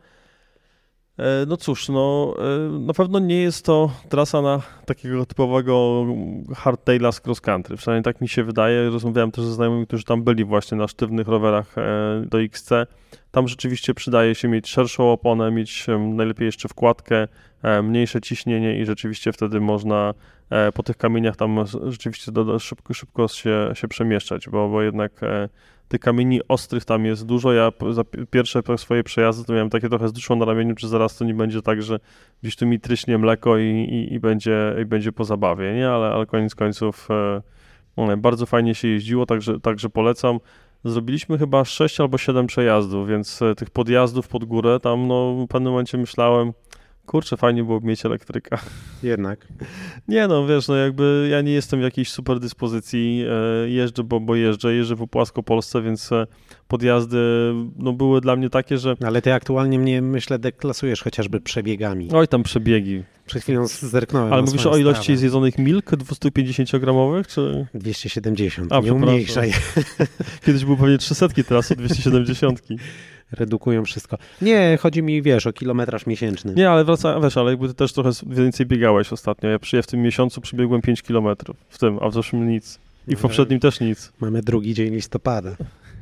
E, No cóż, no e, na pewno nie jest to trasa na takiego typowego hardtaila z cross country, przynajmniej tak mi się wydaje. Rozmawiałem też ze znajomymi, którzy tam byli właśnie na sztywnych rowerach e, do X C. Tam rzeczywiście przydaje się mieć szerszą oponę, mieć em, najlepiej jeszcze wkładkę, e, mniejsze ciśnienie i rzeczywiście wtedy można e, po tych kamieniach tam z- rzeczywiście do, do, szybko, szybko się, się przemieszczać, bo, bo jednak e, tych kamieni ostrych tam jest dużo. Ja po- za pi- pierwsze po swoje przejazdy to miałem takie trochę z duszą na ramieniu, czy zaraz to nie będzie tak, że gdzieś tu mi tryśnie mleko i, i, i, będzie, i będzie po zabawie, nie? Ale, ale koniec końców e, Bardzo fajnie się jeździło, także, także polecam. Zrobiliśmy chyba sześć albo siedem przejazdów, więc tych podjazdów pod górę tam no w pewnym momencie myślałem, kurczę, fajnie byłoby mieć elektryka. Jednak. Nie no, wiesz, no jakby ja nie jestem w jakiejś super dyspozycji, e, jeżdżę, bo, bo jeżdżę, jeżdżę po Płaskopolsce, więc e, podjazdy no były dla mnie takie, że... Ale ty aktualnie mnie, myślę, deklasujesz chociażby przebiegami. Oj, tam przebiegi. Przed chwilą zerknąłem. Ale na mówisz swoją o ilości strawę. zjedzonych milk dwieście pięćdziesiąt gramowych, czy... dwieście siedemdziesiąt, A, nie przepraszam. umniejszaj. Kiedyś było pewnie trzysta, teraz są dwieście siedemdziesiąt. Redukują wszystko. Nie, chodzi mi, wiesz, o kilometraż miesięczny. Nie, ale wraca, wiesz, ale jakby ty też trochę więcej biegałeś ostatnio. Ja, przy, ja w tym miesiącu przebiegłem pięć kilometrów, w tym, a w zeszłym nic. I w poprzednim też nic. Mamy drugi dzień listopada.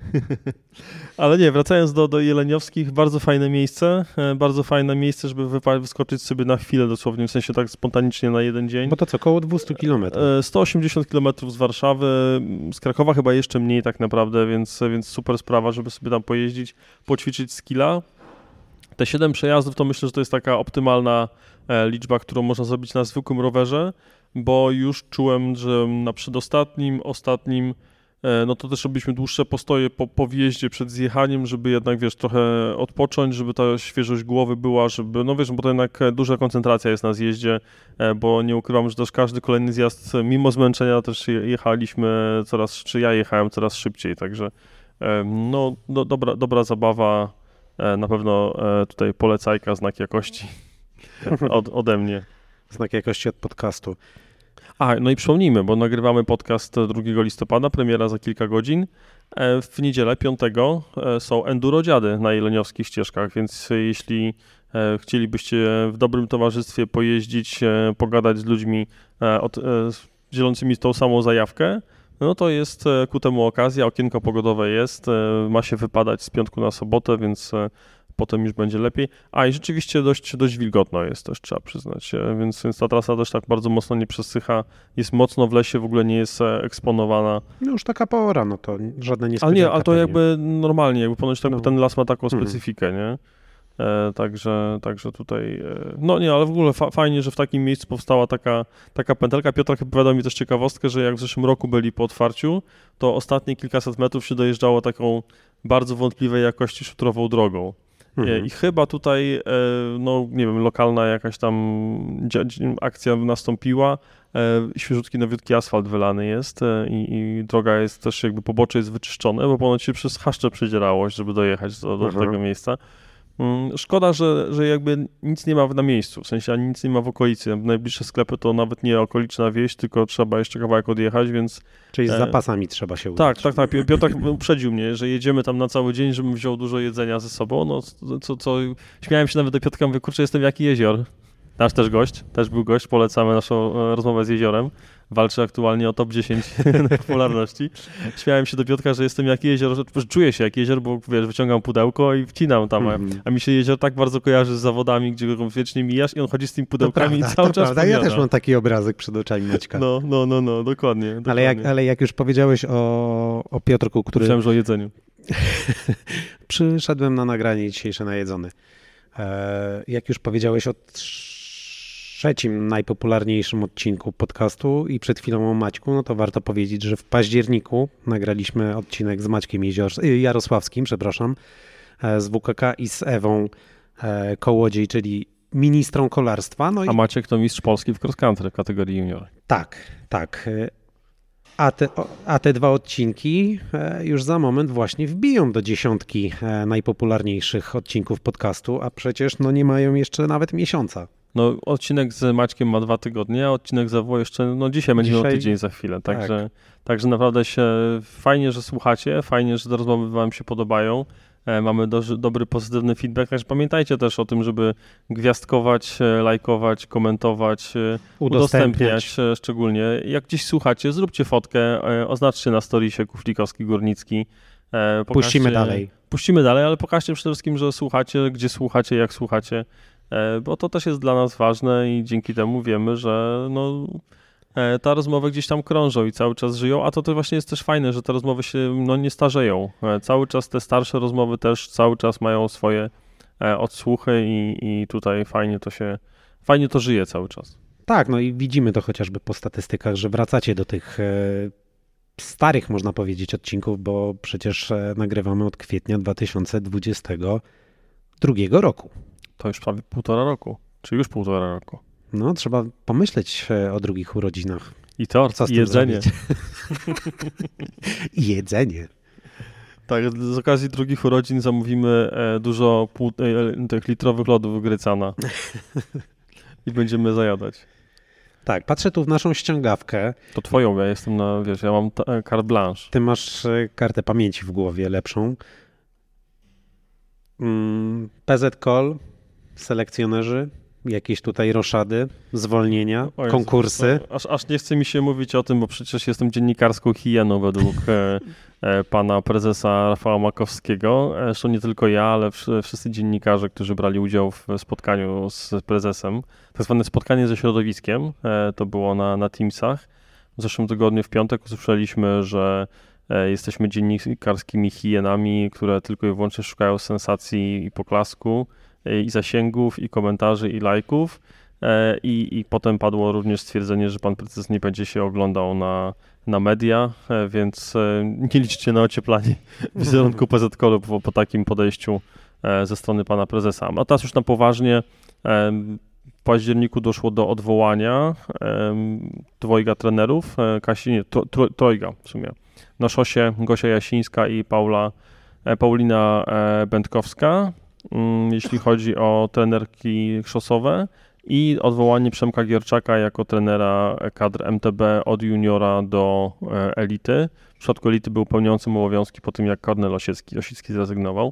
Ale nie, wracając do, do Jeleniowskich, bardzo fajne miejsce, e, bardzo fajne miejsce, żeby wypa- wyskoczyć sobie na chwilę dosłownie, w sensie tak spontanicznie na jeden dzień. Bo to co, około dwieście kilometrów. E, sto osiemdziesiąt kilometrów z Warszawy, z Krakowa chyba jeszcze mniej tak naprawdę, więc, więc super sprawa, żeby sobie tam pojeździć, poćwiczyć skilla. Te siedem przejazdów to myślę, że to jest taka optymalna e, liczba, którą można zrobić na zwykłym rowerze, bo już czułem, że na przedostatnim, ostatnim, e, no to też robiliśmy dłuższe postoje po, po wjeździe przed zjechaniem, żeby jednak, wiesz, trochę odpocząć, żeby ta świeżość głowy była, żeby, no wiesz, bo to jednak duża koncentracja jest na zjeździe, e, bo nie ukrywam, że też każdy kolejny zjazd, mimo zmęczenia też je- jechaliśmy coraz, czy ja jechałem coraz szybciej, także e, no do, dobra, dobra zabawa. Na pewno tutaj polecajka, znak jakości od, ode mnie. Znak jakości od podcastu. A, no i przypomnijmy, bo nagrywamy podcast drugiego listopada, premiera za kilka godzin. W niedzielę piątego są Enduro Dziady na jeleniowskich ścieżkach, więc jeśli chcielibyście w dobrym towarzystwie pojeździć, pogadać z ludźmi od, dzielącymi tą samą zajawkę, no to jest ku temu okazja, okienko pogodowe jest, ma się wypadać z piątku na sobotę, więc potem już będzie lepiej. A i rzeczywiście dość, dość wilgotno jest też, trzeba przyznać, więc, więc ta trasa też tak bardzo mocno nie przesycha, jest mocno w lesie, w ogóle nie jest eksponowana. No już taka pora, no to żadne niespodzianka. Ale nie, ale to pewnie. jakby normalnie, jakby ponoć tak, No. ten las ma taką Mhm. specyfikę, nie? E, także, także tutaj, e, no nie, ale w ogóle fa- fajnie, że w takim miejscu powstała taka, taka pętelka. Piotrek opowiadał mi też ciekawostkę, że jak w zeszłym roku byli po otwarciu, to ostatnie kilkaset metrów się dojeżdżało taką bardzo wątpliwej jakości szutrową drogą. E, Mhm. I chyba tutaj, e, no nie wiem, lokalna jakaś tam dzia- dzia- akcja nastąpiła, e, świeżutki, nowiutki asfalt wylany jest e, i, i droga jest też jakby pobocze jest wyczyszczone, bo ponoć się przez chaszcze przedzierało, żeby dojechać do, do Mhm. tego miejsca. Mm, Szkoda, że, że jakby nic nie ma na miejscu, w sensie ani nic nie ma w okolicy. Najbliższe sklepy to nawet nie okoliczna wieś, tylko trzeba jeszcze kawałek odjechać, więc Czyli z e, zapasami trzeba się tak, udać. tak, tak. Piotr uprzedził mnie, że jedziemy tam na cały dzień, żebym wziął dużo jedzenia ze sobą. No, co, co, śmiałem się nawet do Piotrka, mówię, kurczę, jestem jak jezior. Nasz też gość, też był gość, polecamy naszą e, rozmowę z jeziorem. Walczy aktualnie o top dziesięć popularności. Śmiałem się do Piotrka, że jestem jak jezior, że czuję się jak jezior, bo wiesz, wyciągam pudełko i wcinam tam, Mhm. a mi się jezior tak bardzo kojarzy z zawodami, gdzie go wiecznie mijasz i on chodzi z tymi pudełkami prawda, i cały to czas prawda. Ja powiada. też mam taki obrazek przed oczami, Maćka. No, no, no, no, dokładnie. dokładnie. ale, jak, ale jak już powiedziałeś o, o Piotrku, który Myślałem, że o jedzeniu. przyszedłem na nagranie dzisiejsze najedzony. E, jak już powiedziałeś o trzecim najpopularniejszym odcinku podcastu i przed chwilą o Maćku, no to warto powiedzieć, że w październiku nagraliśmy odcinek z Maćkiem Jeziors- y, Jarosławskim, przepraszam, e, z W K K i z Ewą e, Kołodziej, czyli ministrą kolarstwa. No i A Maciek to mistrz Polski w cross country w kategorii junior. tak, tak. E, A te, o- a te dwa odcinki e, już za moment właśnie wbiją do dziesiątki e, najpopularniejszych odcinków podcastu, a przecież no nie mają jeszcze nawet miesiąca. No, odcinek z Maćkiem ma dwa tygodnie, a odcinek z Ewą jeszcze, no dzisiaj będzie miał Dzisiaj- tydzień za chwilę, tak. także, także naprawdę się, fajnie, że słuchacie, fajnie, że te rozmowy wam się podobają, e, mamy do, dobry, pozytywny feedback, także pamiętajcie też o tym, żeby gwiazdkować, e, lajkować, komentować, e, udostępniać e, szczególnie. Jak gdzieś słuchacie, zróbcie fotkę, e, oznaczcie na storiesie Kuflikowski Górnicki. e, Puścimy pokażcie- dalej. Puścimy dalej, ale pokażcie przede wszystkim, że słuchacie, gdzie słuchacie, jak słuchacie, e, bo to też jest dla nas ważne i dzięki temu wiemy, że no, e, te rozmowy gdzieś tam krążą i cały czas żyją, a to, to właśnie jest też fajne, że te rozmowy się no, nie starzeją. E, Cały czas te starsze rozmowy też cały czas mają swoje e, odsłuchy i, i tutaj fajnie to się, fajnie to żyje cały czas. Tak, no i widzimy to chociażby po statystykach, że wracacie do tych e, starych, można powiedzieć, odcinków, bo przecież nagrywamy od kwietnia dwa tysiące dwudziestego drugiego roku. To już prawie półtora roku, czy już półtora roku. No, trzeba pomyśleć o drugich urodzinach. I tort, Co z i tym jedzenie. I jedzenie. Tak, z okazji drugich urodzin zamówimy e, dużo pół, e, tych litrowych lodów Grycana i będziemy zajadać. Tak, patrzę tu w naszą ściągawkę. To twoją, ja jestem na, wiesz, ja mam ta, carte blanche. Ty masz kartę pamięci w głowie lepszą. Mm, P Z Call, selekcjonerzy, jakieś tutaj roszady, zwolnienia, O Jezu, konkursy. to, aż, aż nie chce mi się mówić o tym, bo przecież jestem dziennikarską hieną według e, e, pana prezesa Rafała Makowskiego. Zresztą nie tylko ja, ale wszyscy dziennikarze, którzy brali udział w spotkaniu z prezesem. Tak zwane spotkanie ze środowiskiem, e, to było na, na Teamsach. W zeszłym tygodniu w piątek usłyszeliśmy, że e, jesteśmy dziennikarskimi hienami, które tylko i wyłącznie szukają sensacji i poklasku, i zasięgów, i komentarzy, i lajków. I, I potem padło również stwierdzenie, że pan prezes nie będzie się oglądał na, na media, więc nie liczcie na ocieplanie wizerunku P Z Call-u po, po takim podejściu ze strony pana prezesa. A teraz już na poważnie. W październiku doszło do odwołania dwojga trenerów, Kasi, nie, tro, tro, trojga w sumie. Na szosie Gosia Jasińska i Paula, Paulina Będkowska, jeśli chodzi o trenerki szosowe, i odwołanie Przemka Gierczaka jako trenera kadr M T B od juniora do elity. W przypadku elity był pełniącym obowiązki po tym, jak Kornel Osiecki, Osiecki zrezygnował.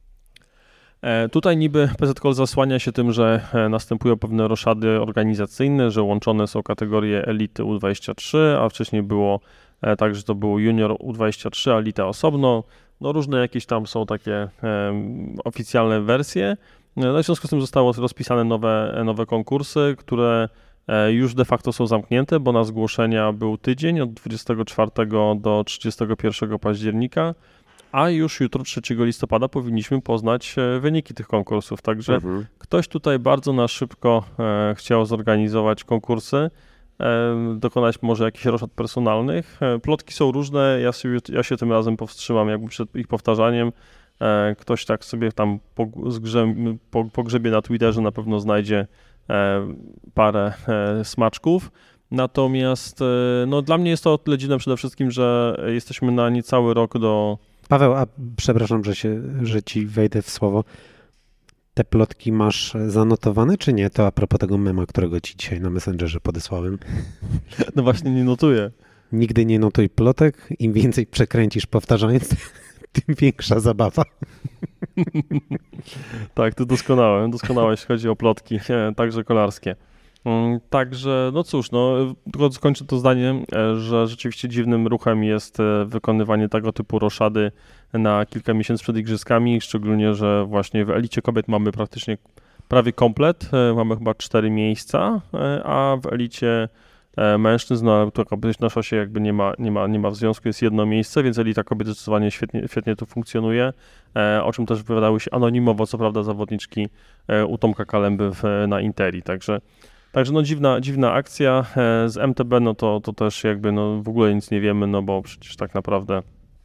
Tutaj niby P Z Call zasłania się tym, że następują pewne roszady organizacyjne, że łączone są kategorie elity U dwadzieścia trzy, a wcześniej było tak, że to był junior U dwadzieścia trzy, a elita osobno. No różne jakieś tam są takie um, oficjalne wersje. No i w związku z tym zostały rozpisane nowe, nowe konkursy, które już de facto są zamknięte, bo na zgłoszenia był tydzień od dwudziestego czwartego do trzydziestego pierwszego października, a już jutro, trzeciego listopada, powinniśmy poznać wyniki tych konkursów. Także mhm. ktoś tutaj bardzo na szybko e, chciał zorganizować konkursy, e, dokonać może jakichś roszad personalnych. E, plotki są różne, ja się, ja się tym razem powstrzymam jakby przed ich powtarzaniem. E, ktoś tak sobie tam pogrzebie, pogrzebie na Twitterze, na pewno znajdzie e, parę e, smaczków. Natomiast e, no, dla mnie jest to o tyle dziwne przede wszystkim, że jesteśmy na niecały rok do... Paweł, a przepraszam, że, się, że ci wejdę w słowo. Te plotki masz zanotowane, czy nie? To a propos tego mema, którego ci dzisiaj na Messengerze podesłałem. No właśnie nie notuję. Nigdy nie notuj plotek. Im więcej przekręcisz powtarzając, tym większa zabawa. Tak, to doskonałe. Doskonałe, jeśli chodzi o plotki, także kolarskie. Także, no cóż, no, tylko skończę to zdaniem, że rzeczywiście dziwnym ruchem jest wykonywanie tego typu roszady na kilka miesięcy przed igrzyskami, szczególnie, że właśnie w elicie kobiet mamy praktycznie prawie komplet, mamy chyba cztery miejsca, a w elicie mężczyzn, no, to kobiet na szosie jakby nie ma, nie ma, nie ma w związku, jest jedno miejsce, więc elita kobiet zdecydowanie świetnie, świetnie tu funkcjonuje, o czym też wypowiadały się anonimowo, co prawda, zawodniczki u Tomka Kalemby w, na Interi, także Także no dziwna, dziwna akcja. Z M T B no to, to też jakby no w ogóle nic nie wiemy, no bo przecież tak naprawdę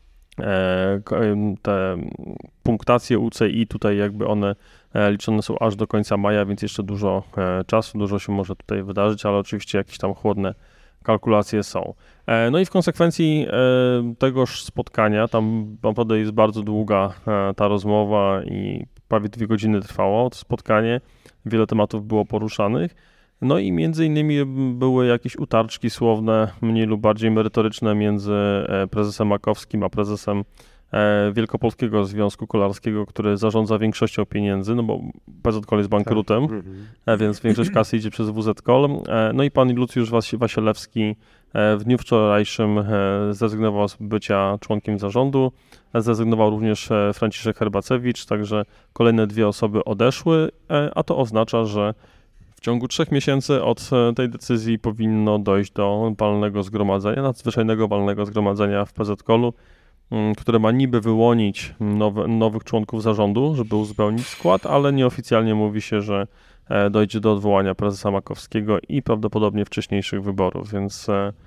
te punktacje U C I tutaj jakby one liczone są aż do końca maja, więc jeszcze dużo czasu, dużo się może tutaj wydarzyć, ale oczywiście jakieś tam chłodne kalkulacje są. No i w konsekwencji tegoż spotkania, tam naprawdę jest bardzo długa ta rozmowa i prawie dwie godziny trwało to spotkanie, wiele tematów było poruszanych. No i między innymi były jakieś utarczki słowne, mniej lub bardziej merytoryczne między prezesem Makowskim a prezesem Wielkopolskiego Związku Kolarskiego, który zarządza większością pieniędzy, no bo P Z Call jest bankrutem, tak. Więc większość kasy idzie przez W Z Call. No i pan Lucjusz Wasielewski w dniu wczorajszym zrezygnował z bycia członkiem zarządu, zrezygnował również Franciszek Herbacewicz, także kolejne dwie osoby odeszły, a to oznacza, że w ciągu trzech miesięcy od tej decyzji powinno dojść do walnego zgromadzenia, nadzwyczajnego walnego zgromadzenia w P Z Call-u, które ma niby wyłonić nowe, nowych członków zarządu, żeby uzupełnić skład, ale nieoficjalnie mówi się, że dojdzie do odwołania prezesa Makowskiego i prawdopodobnie wcześniejszych wyborów, więc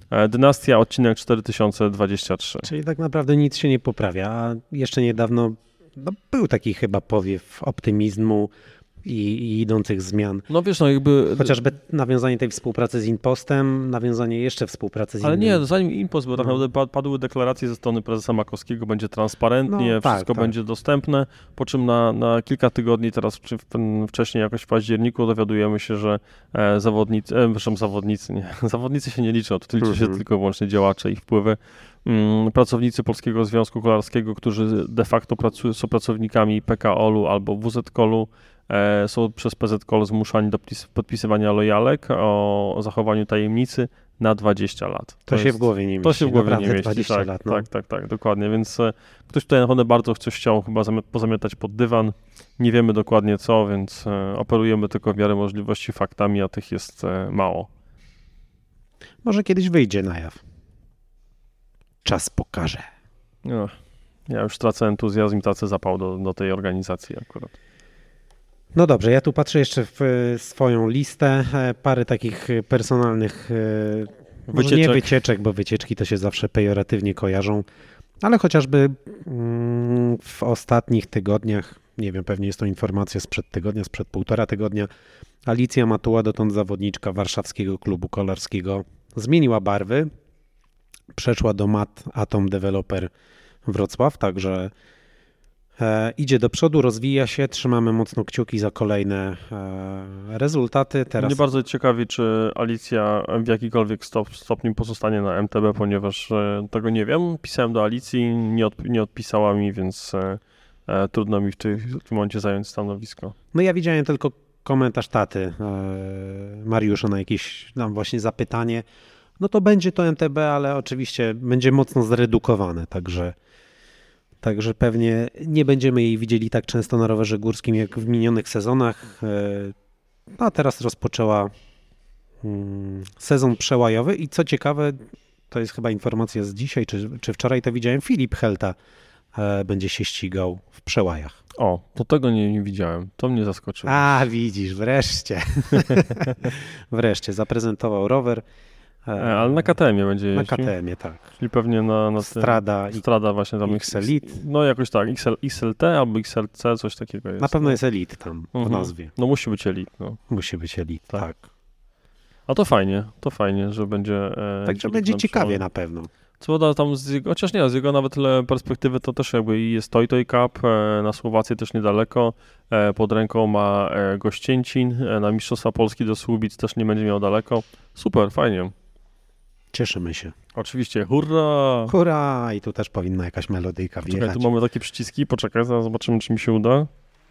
Dynastia, odcinek cztery tysiące dwadzieścia trzy. Czyli tak naprawdę nic się nie poprawia, a jeszcze niedawno no, był taki chyba powiew optymizmu i, i idących zmian. No wiesz, no jakby... Chociażby nawiązanie tej współpracy z Impostem, nawiązanie jeszcze współpracy z Ale innymi. nie, zanim Impost, bo tak No. naprawdę padły deklaracje ze strony prezesa Makowskiego, będzie transparentnie, No, tak, wszystko tak. będzie dostępne, po czym na, na kilka tygodni teraz, czy w, wcześniej jakoś w październiku dowiadujemy się, że e, zawodnicy, e, zresztą zawodnicy, nie, zawodnicy się nie liczą, to liczy się Mhm. tylko i wyłącznie działacze i wpływy. Mm, pracownicy Polskiego Związku Kolarskiego, którzy de facto pracują, są pracownikami P K O L-u albo W Z K O L-u, e, są przez P Z K O L zmuszani do pis- podpisywania lojalek o, o zachowaniu tajemnicy na dwadzieścia lat. To, się jest- w głowie nie mieści. To się w głowie Naprawdę nie mieści, dwadzieścia tak, lat. No. tak, tak, tak, dokładnie, więc e, ktoś tutaj naprawdę bardzo coś chciał chyba zami- pozamiatać pod dywan, nie wiemy dokładnie co, więc e, operujemy tylko w miarę możliwości faktami, a tych jest e, mało. Może kiedyś wyjdzie na jaw. Czas pokaże. No, ja już tracę entuzjazm i tracę zapał do, do tej organizacji akurat. No dobrze, ja tu patrzę jeszcze w e, swoją listę. E, Parę takich e, personalnych e, może nie Wycieczek. wycieczek, bo wycieczki to się zawsze pejoratywnie kojarzą, ale chociażby mm, w ostatnich tygodniach, nie wiem, pewnie jest to informacja sprzed tygodnia, sprzed półtora tygodnia, Alicja Matuła, dotąd zawodniczka warszawskiego klubu kolarskiego, zmieniła barwy, przeszła do Mat Atom Developer Wrocław, także e, idzie do przodu, rozwija się, trzymamy mocno kciuki za kolejne e, rezultaty. Teraz Mnie bardzo ciekawi, czy Alicja w jakikolwiek stop, stopniu pozostanie na M T B, ponieważ e, tego nie wiem. Pisałem do Alicji, nie, od, nie odpisała mi, więc e, e, trudno mi w, ty, w tym momencie zająć stanowisko. No ja widziałem tylko komentarz taty e, Mariusza na jakieś tam właśnie zapytanie. No to będzie to M T B, ale oczywiście będzie mocno zredukowane, także, także pewnie nie będziemy jej widzieli tak często na rowerze górskim jak w minionych sezonach. E, a teraz rozpoczęła mm, sezon przełajowy i co ciekawe, to jest chyba informacja z dzisiaj, czy, czy wczoraj to widziałem, Filip Helta e, będzie się ścigał w przełajach. O, to tego nie, nie widziałem. To mnie zaskoczyło. A, widzisz, wreszcie. Wreszcie zaprezentował rower. E, ale na K T M-ie będzie Na jeździł. K T M-ie, tak. Czyli pewnie na, na tym- Strada i Strada właśnie tam. X Elite. No jakoś tak, X L, X L T albo X L C, coś takiego jest. na pewno no. jest Elite tam w Mhm. nazwie. No musi być Elite, no. Musi być Elite, Tak. tak. A to fajnie, to fajnie, że będzie... E, Także Elite będzie nam ciekawie przyjechał. na pewno. Co prawda tam z jego, chociaż nie, z jego nawet tyle perspektywy to też jakby i jest Toy Toy Cup, e, na Słowację też niedaleko, e, pod ręką ma e, Gościęcin, e, na Mistrzostwa Polski do Słubic też nie będzie miał daleko. Super, fajnie. Cieszymy się. Oczywiście, hurra! Hurra! I tu też powinna jakaś melodyjka Czekaj, wjechać. tu mamy takie przyciski, poczekaj, zaraz zobaczymy, czy mi się uda.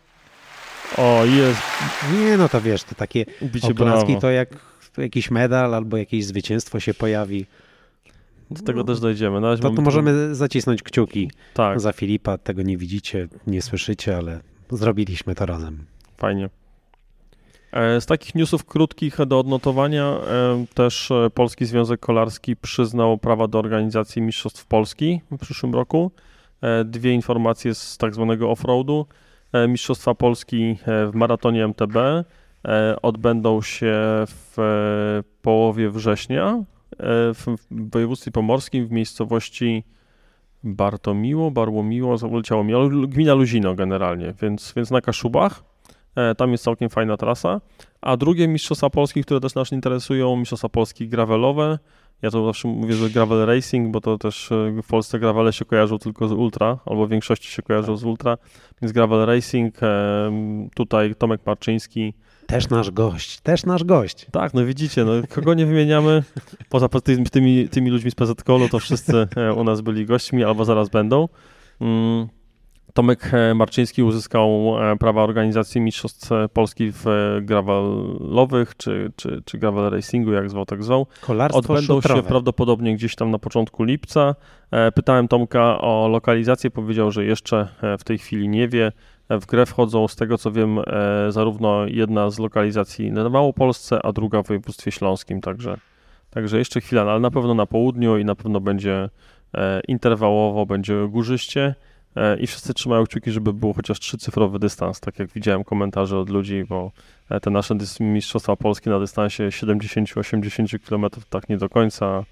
O, jest, Nie, no to wiesz, to takie bicie oklaski brawo. to jak jakiś medal albo jakieś zwycięstwo się pojawi. Do tego też dojdziemy. Na razie To, mamy to tylko- możemy zacisnąć kciuki Tak, za Filipa. Tego nie widzicie, nie słyszycie, ale zrobiliśmy to razem. fajnie. E, Z takich newsów krótkich do odnotowania e, też e, Polski Związek Kolarski przyznał prawa do organizacji Mistrzostw Polski w przyszłym roku. E, Dwie informacje z tak zwanego offroadu. E, Mistrzostwa Polski e, w maratonie M T B e, odbędą się w e, połowie września e, w w województwie pomorskim w miejscowości Bartomiło, Barłomiło, uleciało mi, ale gmina Luzino generalnie, więc, więc na Kaszubach. E, Tam jest całkiem fajna trasa. A drugie Mistrzostwa Polski, które też nas interesują, Mistrzostwa Polski gravelowe. Ja to zawsze mówię, że gravel racing, bo to też e, w Polsce gravele się kojarzą tylko z ultra, albo w większości się kojarzą z ultra, więc gravel racing, e, tutaj Tomek Marczyński. Też nasz gość, też nasz gość. Tak, no widzicie, no kogo nie wymieniamy, poza tymi, tymi, tymi ludźmi z P Z K O L-u, to wszyscy e, u nas byli gośćmi, albo zaraz będą. Mm. Tomek e, Marczyński uzyskał e, prawa organizacji Mistrzostw Polski w e, gravelowych, czy, czy, czy gravel racingu, jak zwał, tak zwał. Kolarstwo Odbędą się szutrowe. prawdopodobnie gdzieś tam na początku lipca. E, Pytałem Tomka o lokalizację, powiedział, że jeszcze e, w tej chwili nie wie. E, W grę wchodzą, z tego co wiem, e, zarówno jedna z lokalizacji na Małopolsce, a druga w województwie śląskim, także, także jeszcze chwila, no, ale na pewno na południu i na pewno będzie e, interwałowo, będzie górzyście. E, I wszyscy trzymają kciuki, żeby był chociaż trzycyfrowy dystans, tak jak widziałem komentarze od ludzi, bo e, te nasze dys- mistrzostwa polskie na dystansie siedemdziesiąt do osiemdziesięciu kilometrów tak nie do końca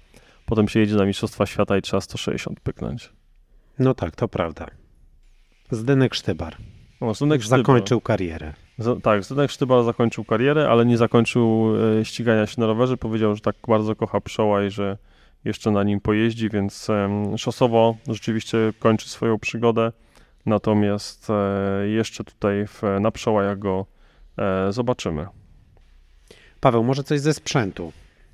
potem się jedzie na Mistrzostwa Świata i trzeba sto sześćdziesiąt pyknąć. No tak, to prawda. Zdenek Sztybar No, Zdenek Sztybar. zakończył karierę. Z, tak, Zdenek Sztybar zakończył karierę, ale nie zakończył e, ścigania się na rowerze. Powiedział, że tak bardzo kocha przełaj, że jeszcze na nim pojeździ, więc e, szosowo rzeczywiście kończy swoją przygodę. Natomiast e, jeszcze tutaj w, na przełajach go e, zobaczymy. Paweł, może coś ze sprzętu?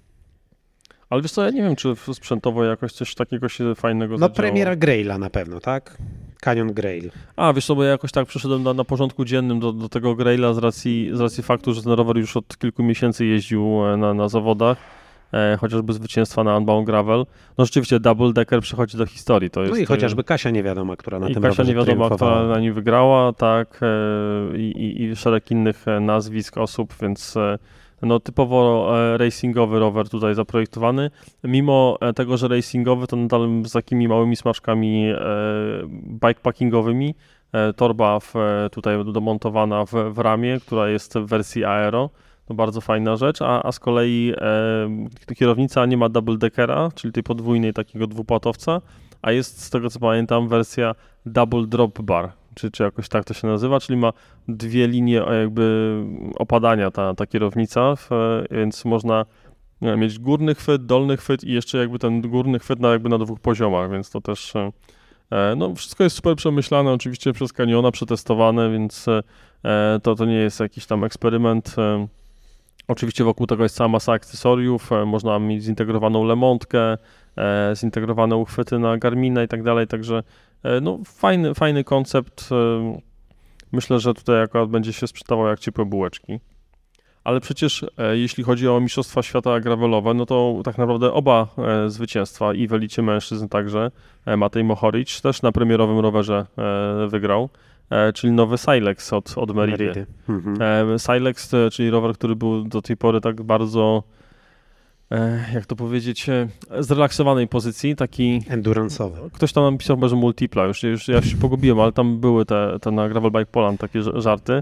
Ale wiesz co, ja nie wiem, czy sprzętowo jakoś coś takiego się fajnego No zadziało. premiera Graila na pewno, tak? Canyon Grail. A, wiesz co, bo ja jakoś tak przyszedłem na, na porządku dziennym do, do tego Graila z racji, z racji faktu, że ten rower już od kilku miesięcy jeździł na, na zawodach, e, chociażby zwycięstwa na Unbound Gravel. No rzeczywiście double decker przechodzi do historii. To jest, No i chociażby Kasia nie wiadomo, która na i tym Kasia rowerze nie wiadomo, triumfowała. która na nim wygrała, tak, e, i, i szereg innych nazwisk osób, więc e, no typowo e, racingowy rower tutaj zaprojektowany. Mimo tego, że racingowy, to nadal z takimi małymi smaczkami e, bikepackingowymi. E, torba w, tutaj domontowana w, w ramie, która jest w wersji aero. To bardzo fajna rzecz, a, a z kolei e, kierownica nie ma double deckera, czyli tej podwójnej takiego dwupłatowca, a jest z tego co pamiętam wersja double drop bar, czy, czy jakoś tak to się nazywa, czyli ma dwie linie jakby opadania ta, ta kierownica, w, więc można mieć górny chwyt, dolny chwyt i jeszcze jakby ten górny chwyt na, jakby na dwóch poziomach, więc to też e, no wszystko jest super przemyślane, oczywiście przez Canyona, przetestowane, więc e, to, to nie jest jakiś tam eksperyment. E, Oczywiście wokół tego jest cała masa akcesoriów, e, można mieć zintegrowaną lemontkę, e, zintegrowane uchwyty na Garmina i tak dalej, także e, no fajny, fajny koncept. E, myślę, że tutaj akurat będzie się sprzedawał jak ciepłe bułeczki. Ale przecież e, jeśli chodzi o Mistrzostwa Świata gravelowe, no to tak naprawdę oba e, zwycięstwa i w elicie mężczyzn także e, Matej Mohoric też na premierowym rowerze e, wygrał. E, czyli nowy Silex od, od Meridy. Meridy. Mhm. E, Silex, e, czyli rower, który był do tej pory tak bardzo, e, jak to powiedzieć, e, zrelaksowanej pozycji, taki... Endurance'owy. Ktoś tam napisał chyba, że multipla, już, już ja się pogubiłem, ale tam były te, te na Gravel Bike Poland takie ż- żarty.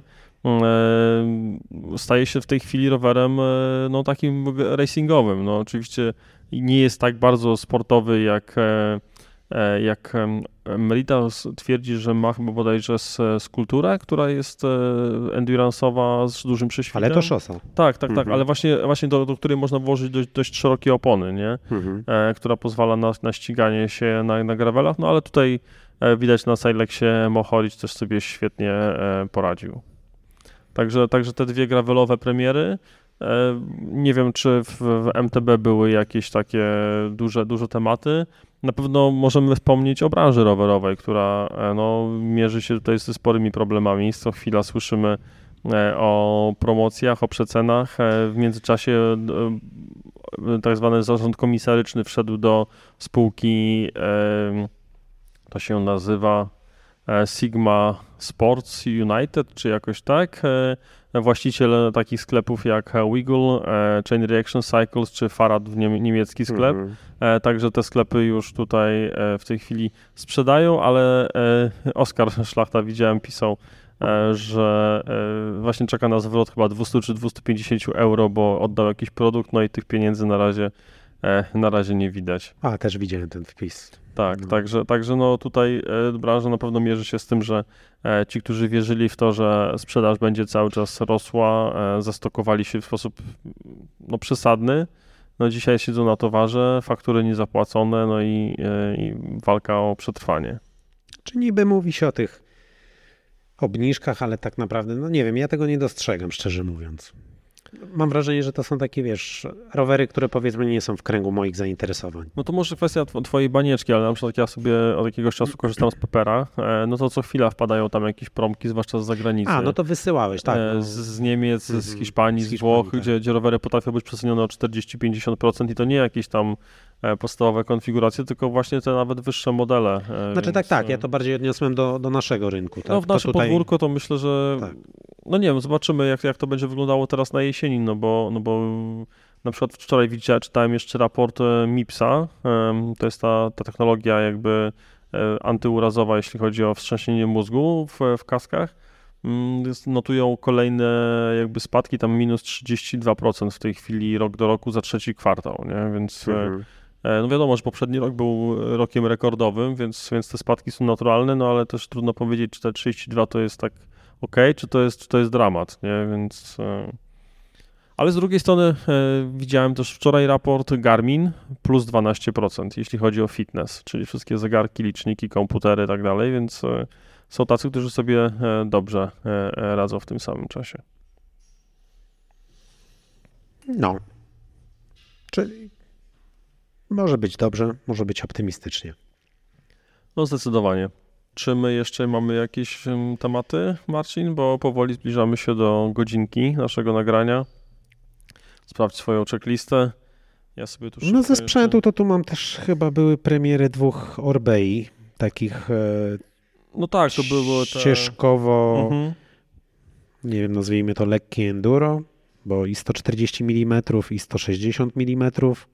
E, staje się w tej chwili rowerem e, no takim racingowym. No oczywiście nie jest tak bardzo sportowy jak... E, Jak Merida twierdzi, że ma chyba bodajże skulpturę, która jest endurance'owa z dużym prześwitem. Ale to szosa. Tak, tak, Mhm. tak, ale właśnie, właśnie do, do której można włożyć dość, dość szerokie opony, nie? Mhm. E, która pozwala na, na ściganie się na, na gravelach, no ale tutaj e, widać na Silexie Mohoric też sobie świetnie e, poradził. Także, także te dwie gravelowe premiery. E, nie wiem, czy w, w M T B były jakieś takie duże, duże tematy. Na pewno możemy wspomnieć o branży rowerowej, która no, mierzy się tutaj ze sporymi problemami. Co chwila słyszymy o promocjach, o przecenach. W międzyczasie tak zwany zarząd komisaryczny wszedł do spółki, to się nazywa Sigma Sports United, czy jakoś tak. Właściciel takich sklepów jak Wiggle, Chain Reaction Cycles czy Farad, niemiecki sklep. Mhm. Także te sklepy już tutaj w tej chwili sprzedają, ale Oskar Szlachta, widziałem, pisał, że właśnie czeka na zwrot chyba dwieście czy dwieście pięćdziesiąt euro, bo oddał jakiś produkt, no i tych pieniędzy na razie na razie nie widać. A, też widziałem ten wpis. Tak, no. także, także no tutaj e, branża na pewno mierzy się z tym, że e, ci, którzy wierzyli w to, że sprzedaż będzie cały czas rosła, e, zastokowali się w sposób no, przesadny. No dzisiaj siedzą na towarze, faktury niezapłacone, no i, e, i walka o przetrwanie. Czy niby mówi się o tych obniżkach, ale tak naprawdę, no nie wiem, ja tego nie dostrzegam, szczerze mówiąc. Mam wrażenie, że to są takie, wiesz, rowery, które powiedzmy nie są w kręgu moich zainteresowań. No to może kwestia twojej banieczki, ale na przykład jak ja sobie od jakiegoś czasu korzystam z Pepera, no to co chwila wpadają tam jakieś promki, zwłaszcza z zagranicy. A, no to wysyłałeś, tak. No. Z, z Niemiec, mm-hmm. z Hiszpanii, z, z Hiszpanii, Włoch, tak. gdzie, gdzie rowery potrafią być przecenione o czterdzieści do pięćdziesięciu procent i to nie jakieś tam podstawowe konfiguracje, tylko właśnie te nawet wyższe modele. Znaczy więc... tak, tak, ja to bardziej odniosłem do, do naszego rynku. Tak? No w nasze tutaj... podwórko to myślę, że tak. no nie wiem, zobaczymy jak, jak to będzie wyglądało teraz na jesieni, no bo, no bo na przykład wczoraj widziałem, czytałem jeszcze raport Mipsa, to jest ta, ta technologia jakby antyurazowa, jeśli chodzi o wstrząśnienie mózgu w, w kaskach. Notują kolejne jakby spadki, tam minus trzydzieści dwa procent w tej chwili rok do roku za trzeci kwartał, nie? Więc mhm. No wiadomo, że poprzedni rok był rokiem rekordowym, więc, więc te spadki są naturalne, no ale też trudno powiedzieć, czy te trzydzieści dwa to jest tak ok, czy to jest, czy to jest dramat, nie? Więc... Ale z drugiej strony e, widziałem też wczoraj raport Garmin plus dwanaście procent, jeśli chodzi o fitness, czyli wszystkie zegarki, liczniki, komputery i tak dalej, więc e, są tacy, którzy sobie e, dobrze e, radzą w tym samym czasie. No, czyli może być dobrze, może być optymistycznie. No zdecydowanie. Czy my jeszcze mamy jakieś um, tematy, Marcin? Bo powoli zbliżamy się do godzinki naszego nagrania. Sprawdź swoją checklistę. Ja sobie tu No ze jeszcze... sprzętu to tu mam też chyba były premiery dwóch Orbei, takich e, no tak, to było te... ścieżkowo, mhm. nie wiem, nazwijmy to lekkie enduro, bo i sto czterdzieści milimetrów i sto sześćdziesiąt milimetrów.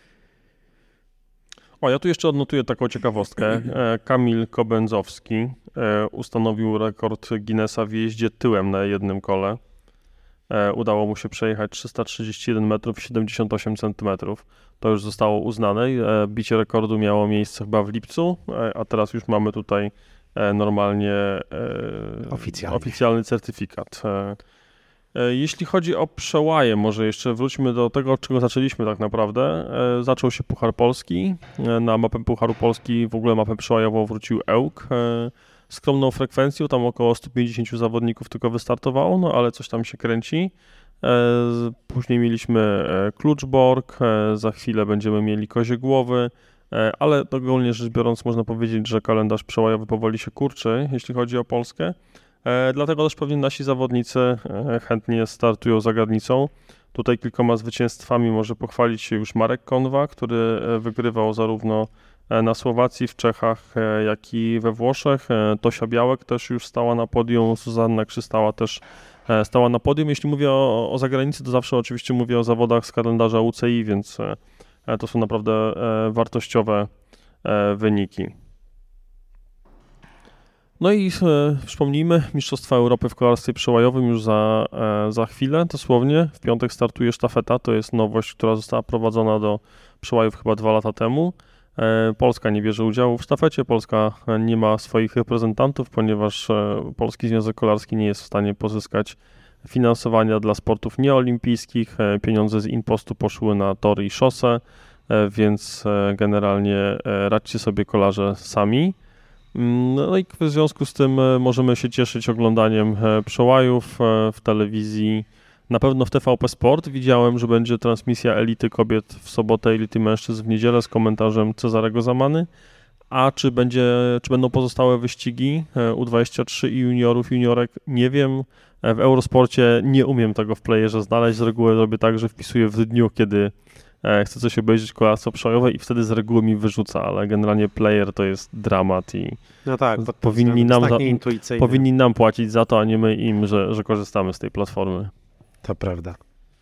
O, ja tu jeszcze odnotuję taką ciekawostkę. Kamil Kobędzowski ustanowił rekord Guinnessa w jeździe tyłem na jednym kole. Udało mu się przejechać trzysta trzydzieści jeden metrów i siedemdziesiąt osiem centymetrów. To już zostało uznane. Bicie rekordu miało miejsce chyba w lipcu, a teraz już mamy tutaj normalnie Oficjalnie. oficjalny certyfikat. Jeśli chodzi o przełaje, może jeszcze wróćmy do tego, od czego zaczęliśmy tak naprawdę. Zaczął się Puchar Polski. Na mapę Pucharu Polski, w ogóle mapę przełajową wrócił Ełk. Skromną frekwencją, tam około sto pięćdziesiąt zawodników tylko wystartowało, no ale coś tam się kręci. Później mieliśmy Kluczbork, za chwilę będziemy mieli Kozie Głowy, ale ogólnie rzecz biorąc można powiedzieć, że kalendarz przełajowy powoli się kurczy, jeśli chodzi o Polskę. Dlatego też pewnie nasi zawodnicy chętnie startują za granicą. Tutaj kilkoma zwycięstwami może pochwalić się już Marek Konwa, który wygrywał zarówno na Słowacji, w Czechach, jak i we Włoszech. Tosia Białek też już stała na podium, Zuzanna Krzystała też stała na podium. Jeśli mówię o, o zagranicy, to zawsze oczywiście mówię o zawodach z kalendarza U C I, więc to są naprawdę wartościowe wyniki. No i e, przypomnijmy, Mistrzostwa Europy w kolarstwie przełajowym już za, e, za chwilę, dosłownie. W piątek startuje sztafeta, to jest nowość, która została prowadzona do przełajów chyba dwa lata temu. E, Polska nie bierze udziału w sztafecie, Polska nie ma swoich reprezentantów, ponieważ e, Polski Związek Kolarski nie jest w stanie pozyskać finansowania dla sportów nieolimpijskich. E, pieniądze z Impostu poszły na tory i szosę, e, więc e, generalnie e, radźcie sobie kolarze sami. No i w związku z tym możemy się cieszyć oglądaniem przełajów w telewizji. Na pewno w T V P Sport widziałem, że będzie transmisja Elity Kobiet w sobotę, Elity Mężczyzn w niedzielę z komentarzem Cezarego Zamany. A czy, będzie, czy będą pozostałe wyścigi U dwadzieścia trzy i juniorów, juniorek, nie wiem. W Eurosporcie nie umiem tego w playerze znaleźć. Z reguły robię tak, że wpisuję w dniu, kiedy chcę coś obejrzeć kolarstwo przełajowe i wtedy z reguły mi wyrzuca, ale generalnie player to jest dramat i no tak, powinni, nam za, powinni nam płacić za to, a nie my im, że, że korzystamy z tej platformy. To prawda.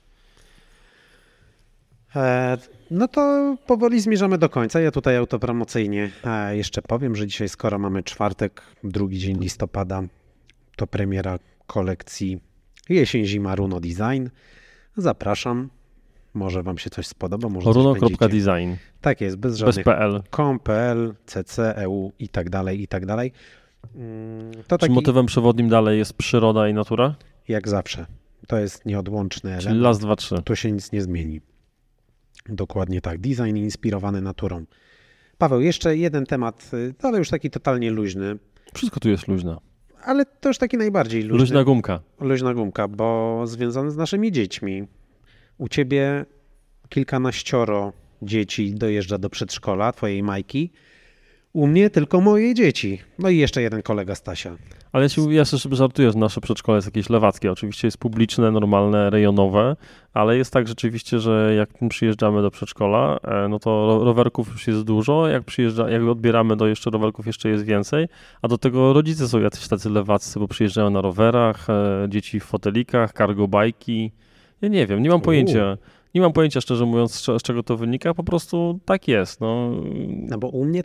E, no to powoli zmierzamy do końca. Ja tutaj autopromocyjnie e, jeszcze powiem, że dzisiaj, skoro mamy czwartek, drugi dzień listopada, to premiera kolekcji jesień-zima Runo Design. Zapraszam. Może wam się coś spodoba, może runo kropka design. Tak jest, bez żadnych bez pl. com, pl, cc, eu i tak dalej, i tak dalej. To Czy taki, motywem przewodnim dalej jest przyroda i natura? Jak zawsze. To jest nieodłączny element. Czyli las, dwa, trzy. Tu się nic nie zmieni. Dokładnie tak. Design inspirowany naturą. Paweł, jeszcze jeden temat, ale już taki totalnie luźny. Wszystko tu jest luźne. Ale to już taki najbardziej luźny. Luźna gumka. Luźna gumka, bo związany z naszymi dziećmi. U ciebie kilkanaścioro dzieci dojeżdża do przedszkola, twojej Majki. U mnie tylko moje dzieci. No i jeszcze jeden kolega Stasia. Ale ja, ci, ja sobie żartuję, że nasze przedszkole jest jakieś lewackie. Oczywiście jest publiczne, normalne, rejonowe, ale jest tak rzeczywiście, że jak przyjeżdżamy do przedszkola, no to rowerków już jest dużo. Jak przyjeżdża, jak odbieramy, to jeszcze rowerków jeszcze jest więcej. A do tego rodzice są jacyś tacy lewaccy, bo przyjeżdżają na rowerach, dzieci w fotelikach, cargo bajki. Ja nie wiem, nie mam pojęcia. Nie mam pojęcia, szczerze mówiąc, z czego to wynika. Po prostu tak jest. No, no bo u mnie to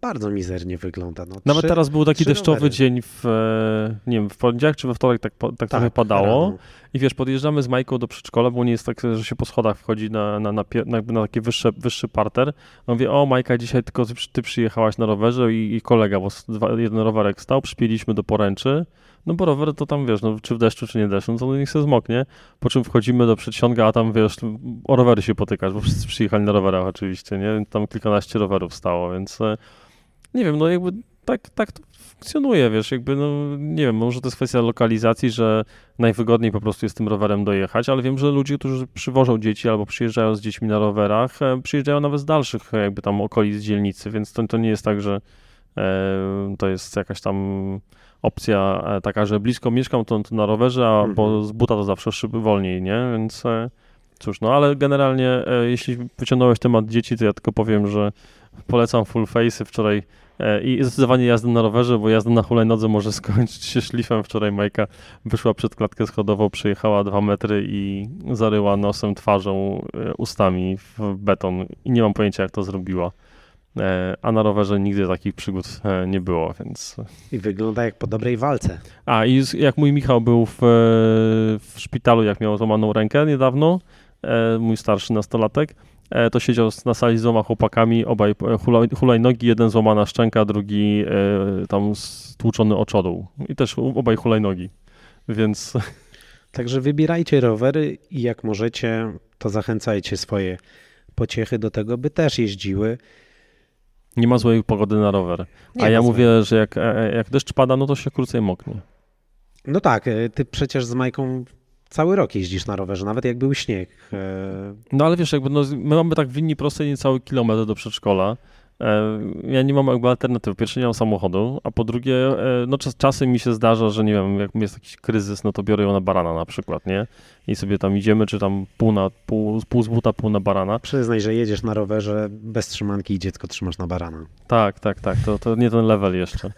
bardzo mizernie wygląda. No, Nawet trzy, teraz był taki trzy deszczowy rowery. dzień w, e, nie wiem, w poniedziałek czy we wtorek tak, po- tak, tak trochę padało. rano. I wiesz, podjeżdżamy z Majką do przedszkola, bo nie jest tak, że się po schodach wchodzi na, na, na, pie- na, jakby na taki wyższy, wyższy parter. A mówię, o Majka, dzisiaj tylko ty, ty przyjechałaś na rowerze i, i kolega, bo s- dwa, jeden rowerek stał, przypięliśmy do poręczy. No bo rower to tam, wiesz, no, czy w deszczu, czy nie deszczu, no to niech się zmoknie. Po czym wchodzimy do przedsionka, a tam, wiesz, o rowery się potykasz, bo wszyscy przyjechali na rowerach oczywiście, nie? Tam kilkanaście rowerów stało, więc e, nie wiem, no jakby tak, tak to funkcjonuje, wiesz, jakby, no nie wiem, może to jest kwestia lokalizacji, że najwygodniej po prostu jest tym rowerem dojechać, ale wiem, że ludzie, którzy przywożą dzieci albo przyjeżdżają z dziećmi na rowerach, e, przyjeżdżają nawet z dalszych e, jakby tam okolic dzielnicy, więc to, to nie jest tak, że e, to jest jakaś tam opcja e, taka, że blisko mieszkam, to, to na rowerze, a Mhm. bo z buta to zawsze szyby wolniej, nie, więc e, cóż, no ale generalnie e, jeśli wyciągnąłeś temat dzieci, to ja tylko powiem, że polecam full face'y wczoraj e, i zdecydowanie jazdę na rowerze, bo jazda na hulajnodze może skończyć się szlifem. Wczoraj Majka wyszła przed klatkę schodową, przejechała dwa metry i zaryła nosem, twarzą, e, ustami w beton i nie mam pojęcia, jak to zrobiła. E, a na rowerze nigdy takich przygód e, nie było, więc... I wygląda jak po dobrej walce. A i z- jak mój Michał był w, e, w szpitalu, jak miał złamaną rękę niedawno, e, mój starszy nastolatek, e, to siedział s- na sali z dwoma chłopakami, obaj e, hulaj- hulajnogi, jeden złamana szczęka, drugi e, tam stłuczony oczodół. I też u- obaj hulajnogi. Więc Także wybierajcie rowery i jak możecie, to zachęcajcie swoje pociechy do tego, by też jeździły. nie ma złej pogody na rower. Nie A ja ma mówię, że jak, e, jak deszcz pada, no to się krócej moknie. No tak, e, ty przecież z Majką cały rok jeździsz na rowerze, nawet jak był śnieg. E, No ale wiesz, jakby no, z- my mamy tak w linii prostej niecały kilometr do przedszkola. E, Ja nie mam jakby alternatywy. Po pierwsze nie mam samochodu, a po drugie, e, no czas, czasem mi się zdarza, że nie wiem, jak jest jakiś kryzys, no to biorę ją na barana na przykład, nie? I sobie tam idziemy, czy tam pół, na, pół, pół z buta, pół na barana. Przyznaj, że jedziesz na rowerze bez trzymanki i dziecko trzymasz na barana. Tak, tak, tak, to, to nie ten level jeszcze.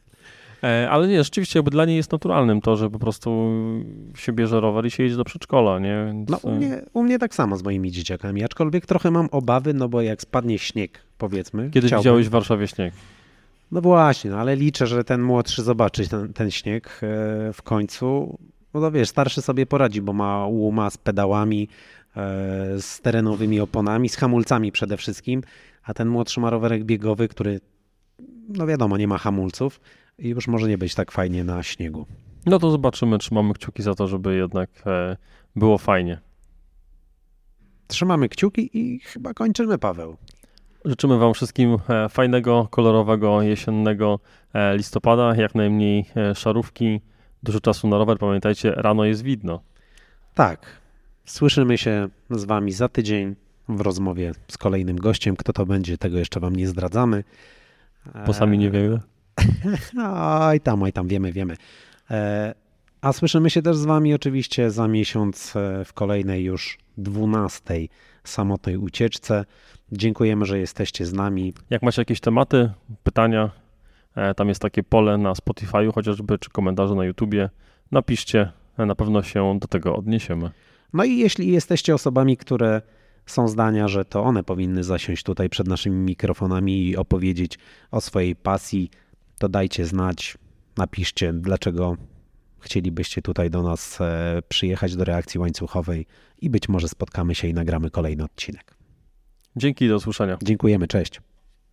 E, Ale nie, rzeczywiście jakby dla niej jest naturalnym to, że po prostu się bierze rower i się jedzie do przedszkola, nie? Więc, No u mnie, u mnie tak samo z moimi dzieciakami, aczkolwiek trochę mam obawy, no bo jak spadnie śnieg, powiedzmy. Kiedy chciałbym- widziałeś w Warszawie śnieg? No właśnie, no ale liczę, że ten młodszy zobaczy ten, ten śnieg e, w końcu. No to wiesz, starszy sobie poradzi, bo ma łuma z pedałami, e, z terenowymi oponami, z hamulcami przede wszystkim, a ten młodszy ma rowerek biegowy, który, no wiadomo, nie ma hamulców i już może nie być tak fajnie na śniegu. No to zobaczymy, trzymamy kciuki za to, żeby jednak e, było fajnie. Trzymamy kciuki i chyba kończymy, Paweł. Życzymy Wam wszystkim e, fajnego, kolorowego, jesiennego e, listopada, jak najmniej e, szarówki, dużo czasu na rower. Pamiętajcie, rano jest widno. Tak, słyszymy się z Wami za tydzień w rozmowie z kolejnym gościem. Kto to będzie, tego jeszcze Wam nie zdradzamy. Bo sami nie wiemy. Oj tam, oj tam, wiemy, wiemy. E, A słyszymy się też z Wami oczywiście za miesiąc e, w kolejnej już dwunastej samotnej ucieczce. Dziękujemy, że jesteście z nami. Jak macie jakieś tematy, pytania, e, tam jest takie pole na Spotify'u chociażby, czy komentarze na YouTubie, napiszcie, e, na pewno się do tego odniesiemy. No i jeśli jesteście osobami, które są zdania, że to one powinny zasiąść tutaj przed naszymi mikrofonami i opowiedzieć o swojej pasji, to dajcie znać, napiszcie, dlaczego chcielibyście tutaj do nas e, przyjechać do reakcji łańcuchowej i być może spotkamy się i nagramy kolejny odcinek. Dzięki i do usłyszenia. Dziękujemy, cześć.